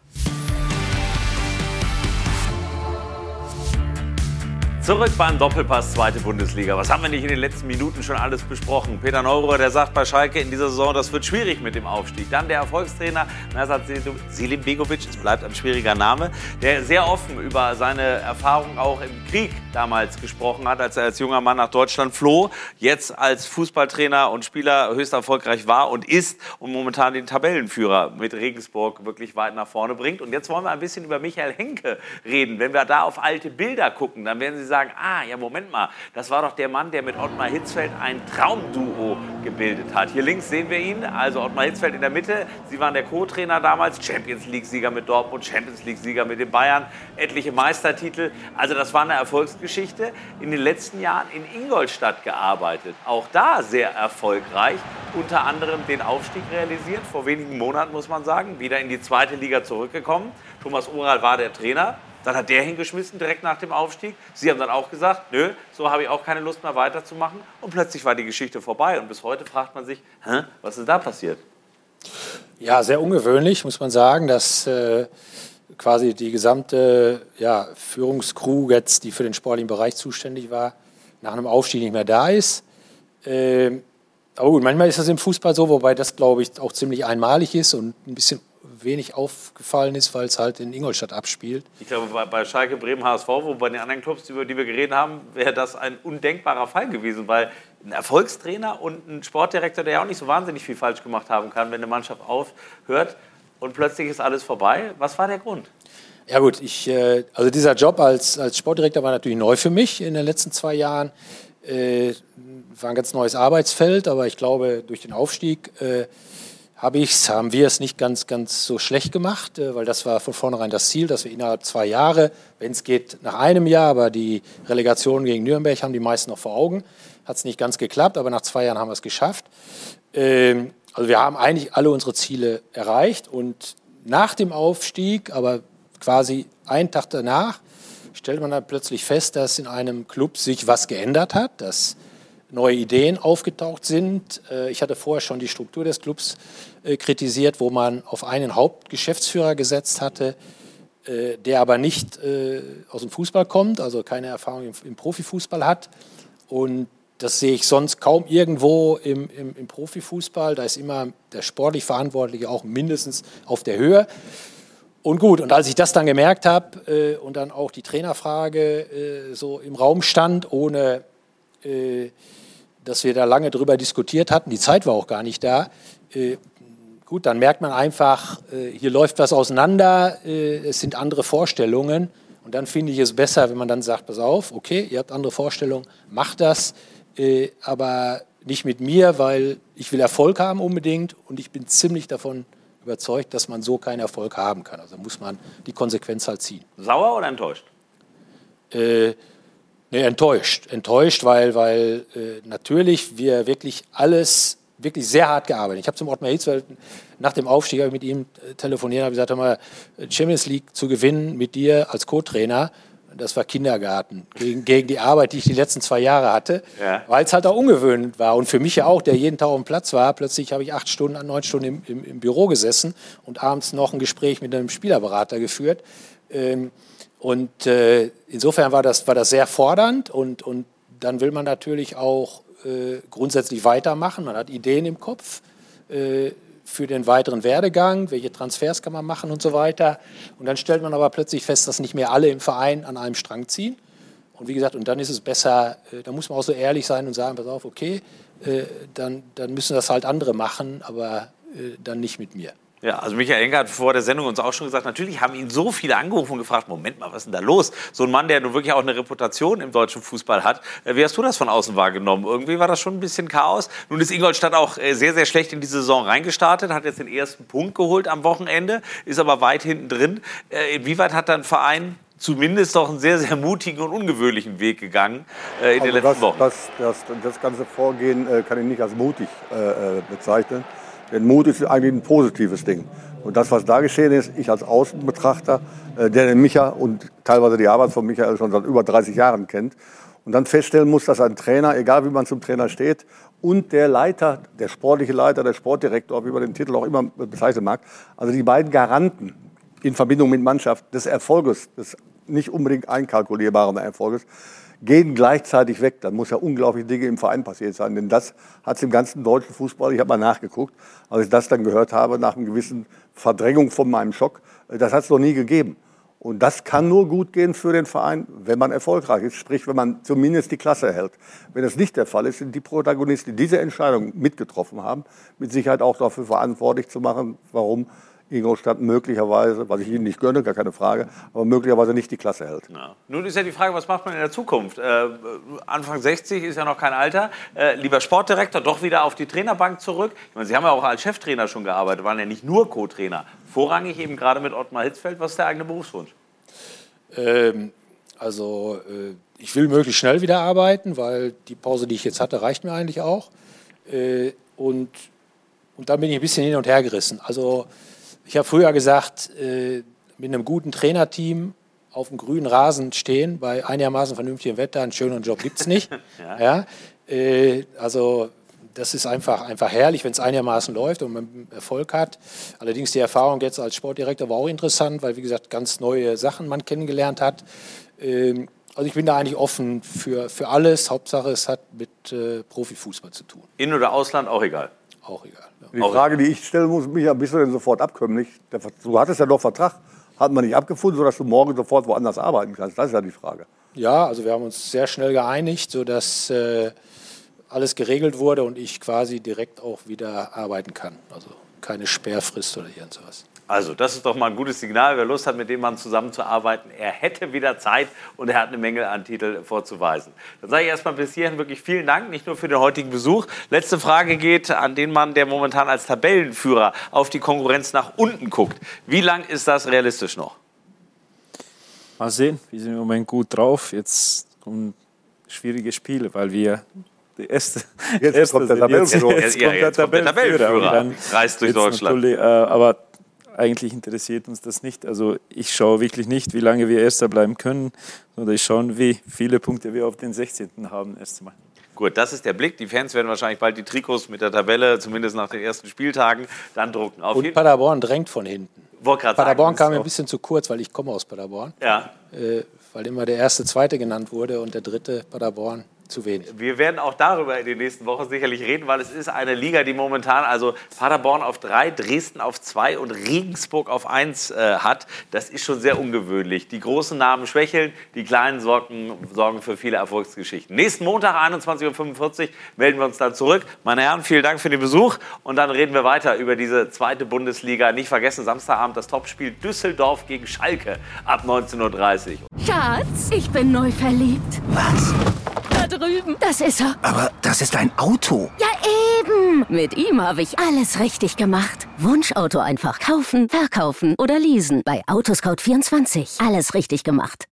Speaker 7: Zurück beim Doppelpass 2. Bundesliga. Was haben wir nicht in den letzten Minuten schon alles besprochen? Peter Neururer, der sagt bei Schalke in dieser Saison, das wird schwierig mit dem Aufstieg. Dann der Erfolgstrainer Najat Selimbegovic, es bleibt ein schwieriger Name, der sehr offen über seine Erfahrung auch im Krieg damals gesprochen hat, als er als junger Mann nach Deutschland floh, jetzt als Fußballtrainer und Spieler höchst erfolgreich war und ist und momentan den Tabellenführer mit Regensburg wirklich weit nach vorne bringt. Und jetzt wollen wir ein bisschen über Michael Henke reden. Wenn wir da auf alte Bilder gucken, dann werden Sie sagen, ja, Moment mal, das war doch der Mann, der mit Ottmar Hitzfeld ein Traumduo gebildet hat. Hier links sehen wir ihn, also Ottmar Hitzfeld in der Mitte. Sie waren der Co-Trainer damals, Champions-League-Sieger mit Dortmund, Champions-League-Sieger mit den Bayern, etliche Meistertitel. Also das war eine Erfolgsgeschichte. In den letzten Jahren in Ingolstadt gearbeitet, auch da sehr erfolgreich. Unter anderem den Aufstieg realisiert, vor wenigen Monaten muss man sagen, wieder in die 2. Liga zurückgekommen. Thomas Oral war der Trainer. Dann hat der hingeschmissen, direkt nach dem Aufstieg. Sie haben dann auch gesagt, nö, so habe ich auch keine Lust mehr weiterzumachen. Und plötzlich war die Geschichte vorbei. Und bis heute fragt man sich, was ist da passiert?
Speaker 9: Ja, sehr ungewöhnlich, muss man sagen, dass quasi die gesamte Führungscrew, jetzt, die für den sportlichen Bereich zuständig war, nach einem Aufstieg nicht mehr da ist. Aber gut, manchmal ist das im Fußball so, wobei das, glaube ich, auch ziemlich einmalig ist und ein bisschen wenig aufgefallen ist, weil es halt in Ingolstadt abspielt.
Speaker 7: Ich glaube, bei Schalke, Bremen, HSV, wo bei den anderen Clubs, über die wir geredet haben, wäre das ein undenkbarer Fall gewesen, weil ein Erfolgstrainer und ein Sportdirektor, der ja auch nicht so wahnsinnig viel falsch gemacht haben kann, wenn eine Mannschaft aufhört und plötzlich ist alles vorbei. Was war der Grund?
Speaker 9: Ja gut, also dieser Job als Sportdirektor war natürlich neu für mich in den letzten 2 Jahren. War ein ganz neues Arbeitsfeld, aber ich glaube, durch den Aufstieg haben wir es nicht ganz so schlecht gemacht, weil das war von vornherein das Ziel, dass wir innerhalb 2 Jahre, wenn es geht, nach einem Jahr, aber die Relegation gegen Nürnberg haben die meisten noch vor Augen, hat es nicht ganz geklappt, aber nach 2 Jahren haben wir es geschafft. Also wir haben eigentlich alle unsere Ziele erreicht und nach dem Aufstieg, aber quasi einen Tag danach, stellt man dann plötzlich fest, dass in einem Club sich was geändert hat, dass neue Ideen aufgetaucht sind. Ich hatte vorher schon die Struktur des Clubs kritisiert, wo man auf einen Hauptgeschäftsführer gesetzt hatte, der aber nicht aus dem Fußball kommt, also keine Erfahrung im Profifußball hat. Und das sehe ich sonst kaum irgendwo im Profifußball. Da ist immer der sportlich Verantwortliche auch mindestens auf der Höhe. Und gut, und als ich das dann gemerkt habe und dann auch die Trainerfrage so im Raum stand, ohne dass wir da lange drüber diskutiert hatten, die Zeit war auch gar nicht da, gut, dann merkt man einfach, hier läuft was auseinander, es sind andere Vorstellungen und dann finde ich es besser, wenn man dann sagt, pass auf, okay, ihr habt andere Vorstellungen, macht das, aber nicht mit mir, weil ich will Erfolg haben unbedingt und ich bin ziemlich davon überzeugt, dass man so keinen Erfolg haben kann. Also muss man die Konsequenz halt ziehen.
Speaker 7: Sauer oder enttäuscht?
Speaker 9: Nee, enttäuscht, weil natürlich wir wirklich sehr hart gearbeitet. Ich habe zum Ottmar Hitzfeld nach dem Aufstieg mit ihm telefoniert und habe gesagt, hör mal, Champions League zu gewinnen mit dir als Co-Trainer, das war Kindergarten gegen die Arbeit, die ich die letzten 2 Jahre hatte, weil es halt auch ungewöhnlich war. Und für mich ja auch, der jeden Tag auf dem Platz war, plötzlich habe ich 9 Stunden im Büro gesessen und abends noch ein Gespräch mit einem Spielerberater geführt. Und insofern war das sehr fordernd und dann will man natürlich auch grundsätzlich weitermachen. Man hat Ideen im Kopf für den weiteren Werdegang, welche Transfers kann man machen und so weiter. Und dann stellt man aber plötzlich fest, dass nicht mehr alle im Verein an einem Strang ziehen. Und wie gesagt, und dann ist es besser, da muss man auch so ehrlich sein und sagen, pass auf, okay, dann müssen das halt andere machen, aber dann nicht mit mir.
Speaker 7: Ja, also Michael Enke hat vor der Sendung uns auch schon gesagt, natürlich haben ihn so viele angerufen und gefragt, Moment mal, was ist denn da los? So ein Mann, der nun wirklich auch eine Reputation im deutschen Fußball hat. Wie hast du das von außen wahrgenommen? Irgendwie war das schon ein bisschen Chaos. Nun ist Ingolstadt auch sehr, sehr schlecht in die Saison reingestartet, hat jetzt den ersten Punkt geholt am Wochenende, ist aber weit hinten drin. Inwieweit hat dein Verein zumindest doch einen sehr, sehr mutigen und ungewöhnlichen Weg gegangen in den letzten Wochen?
Speaker 4: Das ganze Vorgehen kann ich nicht als mutig bezeichnen. Denn Mut ist eigentlich ein positives Ding. Und das, was da geschehen ist, ich als Außenbetrachter, der den Micha und teilweise die Arbeit von Michael schon seit über 30 Jahren kennt, und dann feststellen muss, dass ein Trainer, egal wie man zum Trainer steht, und der Leiter, der sportliche Leiter, der Sportdirektor, wie man den Titel auch immer bezeichnen mag, also die beiden Garanten in Verbindung mit Mannschaft des Erfolges, des nicht unbedingt einkalkulierbaren Erfolges, gehen gleichzeitig weg. Dann muss ja unglaubliche Dinge im Verein passiert sein. Denn das hat es im ganzen deutschen Fußball, ich habe mal nachgeguckt, als ich das dann gehört habe, nach einer gewissen Verdrängung von meinem Schock, das hat es noch nie gegeben. Und das kann nur gut gehen für den Verein, wenn man erfolgreich ist, sprich, wenn man zumindest die Klasse hält. Wenn das nicht der Fall ist, sind die Protagonisten, die diese Entscheidung mitgetroffen haben, mit Sicherheit auch dafür verantwortlich zu machen, warum Ingolstadt möglicherweise, was ich Ihnen nicht gönne, gar keine Frage, aber möglicherweise nicht die Klasse hält.
Speaker 7: Ja. Nun ist ja die Frage, was macht man in der Zukunft? Anfang 60 ist ja noch kein Alter. Lieber Sportdirektor, doch wieder auf die Trainerbank zurück. Ich meine, Sie haben ja auch als Cheftrainer schon gearbeitet, waren ja nicht nur Co-Trainer. Vorrangig eben gerade mit Ottmar Hitzfeld. Was ist der eigene Berufswunsch?
Speaker 9: Ich will möglichst schnell wieder arbeiten, weil die Pause, die ich jetzt hatte, reicht mir eigentlich auch. Und dann bin ich ein bisschen hin und her gerissen. Also ich habe früher gesagt, mit einem guten Trainerteam auf dem grünen Rasen stehen, bei einigermaßen vernünftigem Wetter, einen schönen Job gibt es nicht. Also das ist einfach herrlich, wenn es einigermaßen läuft und man Erfolg hat. Allerdings die Erfahrung jetzt als Sportdirektor war auch interessant, weil, wie gesagt, ganz neue Sachen man kennengelernt hat. Also ich bin da eigentlich offen für alles. Hauptsache, es hat mit Profifußball zu tun.
Speaker 7: In- oder Ausland, auch egal?
Speaker 9: Auch egal. Ja.
Speaker 4: Die Frage, die ich stellen muss, Micha, bist du denn sofort abkömmlich? Du hattest ja noch Vertrag. Hat man nicht abgefunden, sodass du morgen sofort woanders arbeiten kannst? Das ist ja die Frage.
Speaker 9: Ja, also wir haben uns sehr schnell geeinigt, sodass alles geregelt wurde und ich quasi direkt auch wieder arbeiten kann. Also keine Sperrfrist oder irgend sowas.
Speaker 7: Also das ist doch mal ein gutes Signal. Wer Lust hat, mit dem Mann zusammenzuarbeiten, er hätte wieder Zeit und er hat eine Menge an Titeln vorzuweisen. Dann sage ich erstmal bis hierhin wirklich vielen Dank, nicht nur für den heutigen Besuch. Letzte Frage geht an den Mann, der momentan als Tabellenführer auf die Konkurrenz nach unten guckt. Wie lang ist das realistisch noch?
Speaker 8: Mal sehen, wir sind im Moment gut drauf. Jetzt kommen schwierige Spiele, weil wir
Speaker 4: Jetzt kommt der
Speaker 7: Tabellenführer. Reist durch Deutschland.
Speaker 8: Aber eigentlich interessiert uns das nicht. Also ich schaue wirklich nicht, wie lange wir Erster bleiben können, sondern ich schaue, wie viele Punkte wir auf den 16. haben erst einmal.
Speaker 7: Gut, das ist der Blick. Die Fans werden wahrscheinlich bald die Trikots mit der Tabelle, zumindest nach den ersten Spieltagen, dann drucken.
Speaker 9: Und Paderborn drängt von hinten. Paderborn kam mir ein bisschen zu kurz, weil ich komme aus Paderborn.
Speaker 7: Ja.
Speaker 9: Weil immer der erste, zweite genannt wurde und der dritte Paderborn zu wenig.
Speaker 7: Wir werden auch darüber in den nächsten Wochen sicherlich reden, weil es ist eine Liga, die momentan also Paderborn auf 3, Dresden auf 2 und Regensburg auf 1 hat. Das ist schon sehr ungewöhnlich. Die großen Namen schwächeln, die kleinen sorgen für viele Erfolgsgeschichten. Nächsten Montag, 21.45 Uhr, melden wir uns dann zurück. Meine Herren, vielen Dank für den Besuch und dann reden wir weiter über diese zweite Bundesliga. Nicht vergessen, Samstagabend das Topspiel Düsseldorf gegen Schalke ab 19.30 Uhr.
Speaker 13: Schatz, ich bin neu verliebt.
Speaker 14: Was?
Speaker 13: Da drüben. Das ist er.
Speaker 14: Aber das ist ein Auto.
Speaker 13: Ja, eben. Mit ihm habe ich alles richtig gemacht. Wunschauto einfach kaufen, verkaufen oder leasen. Bei Autoscout24. Alles richtig gemacht.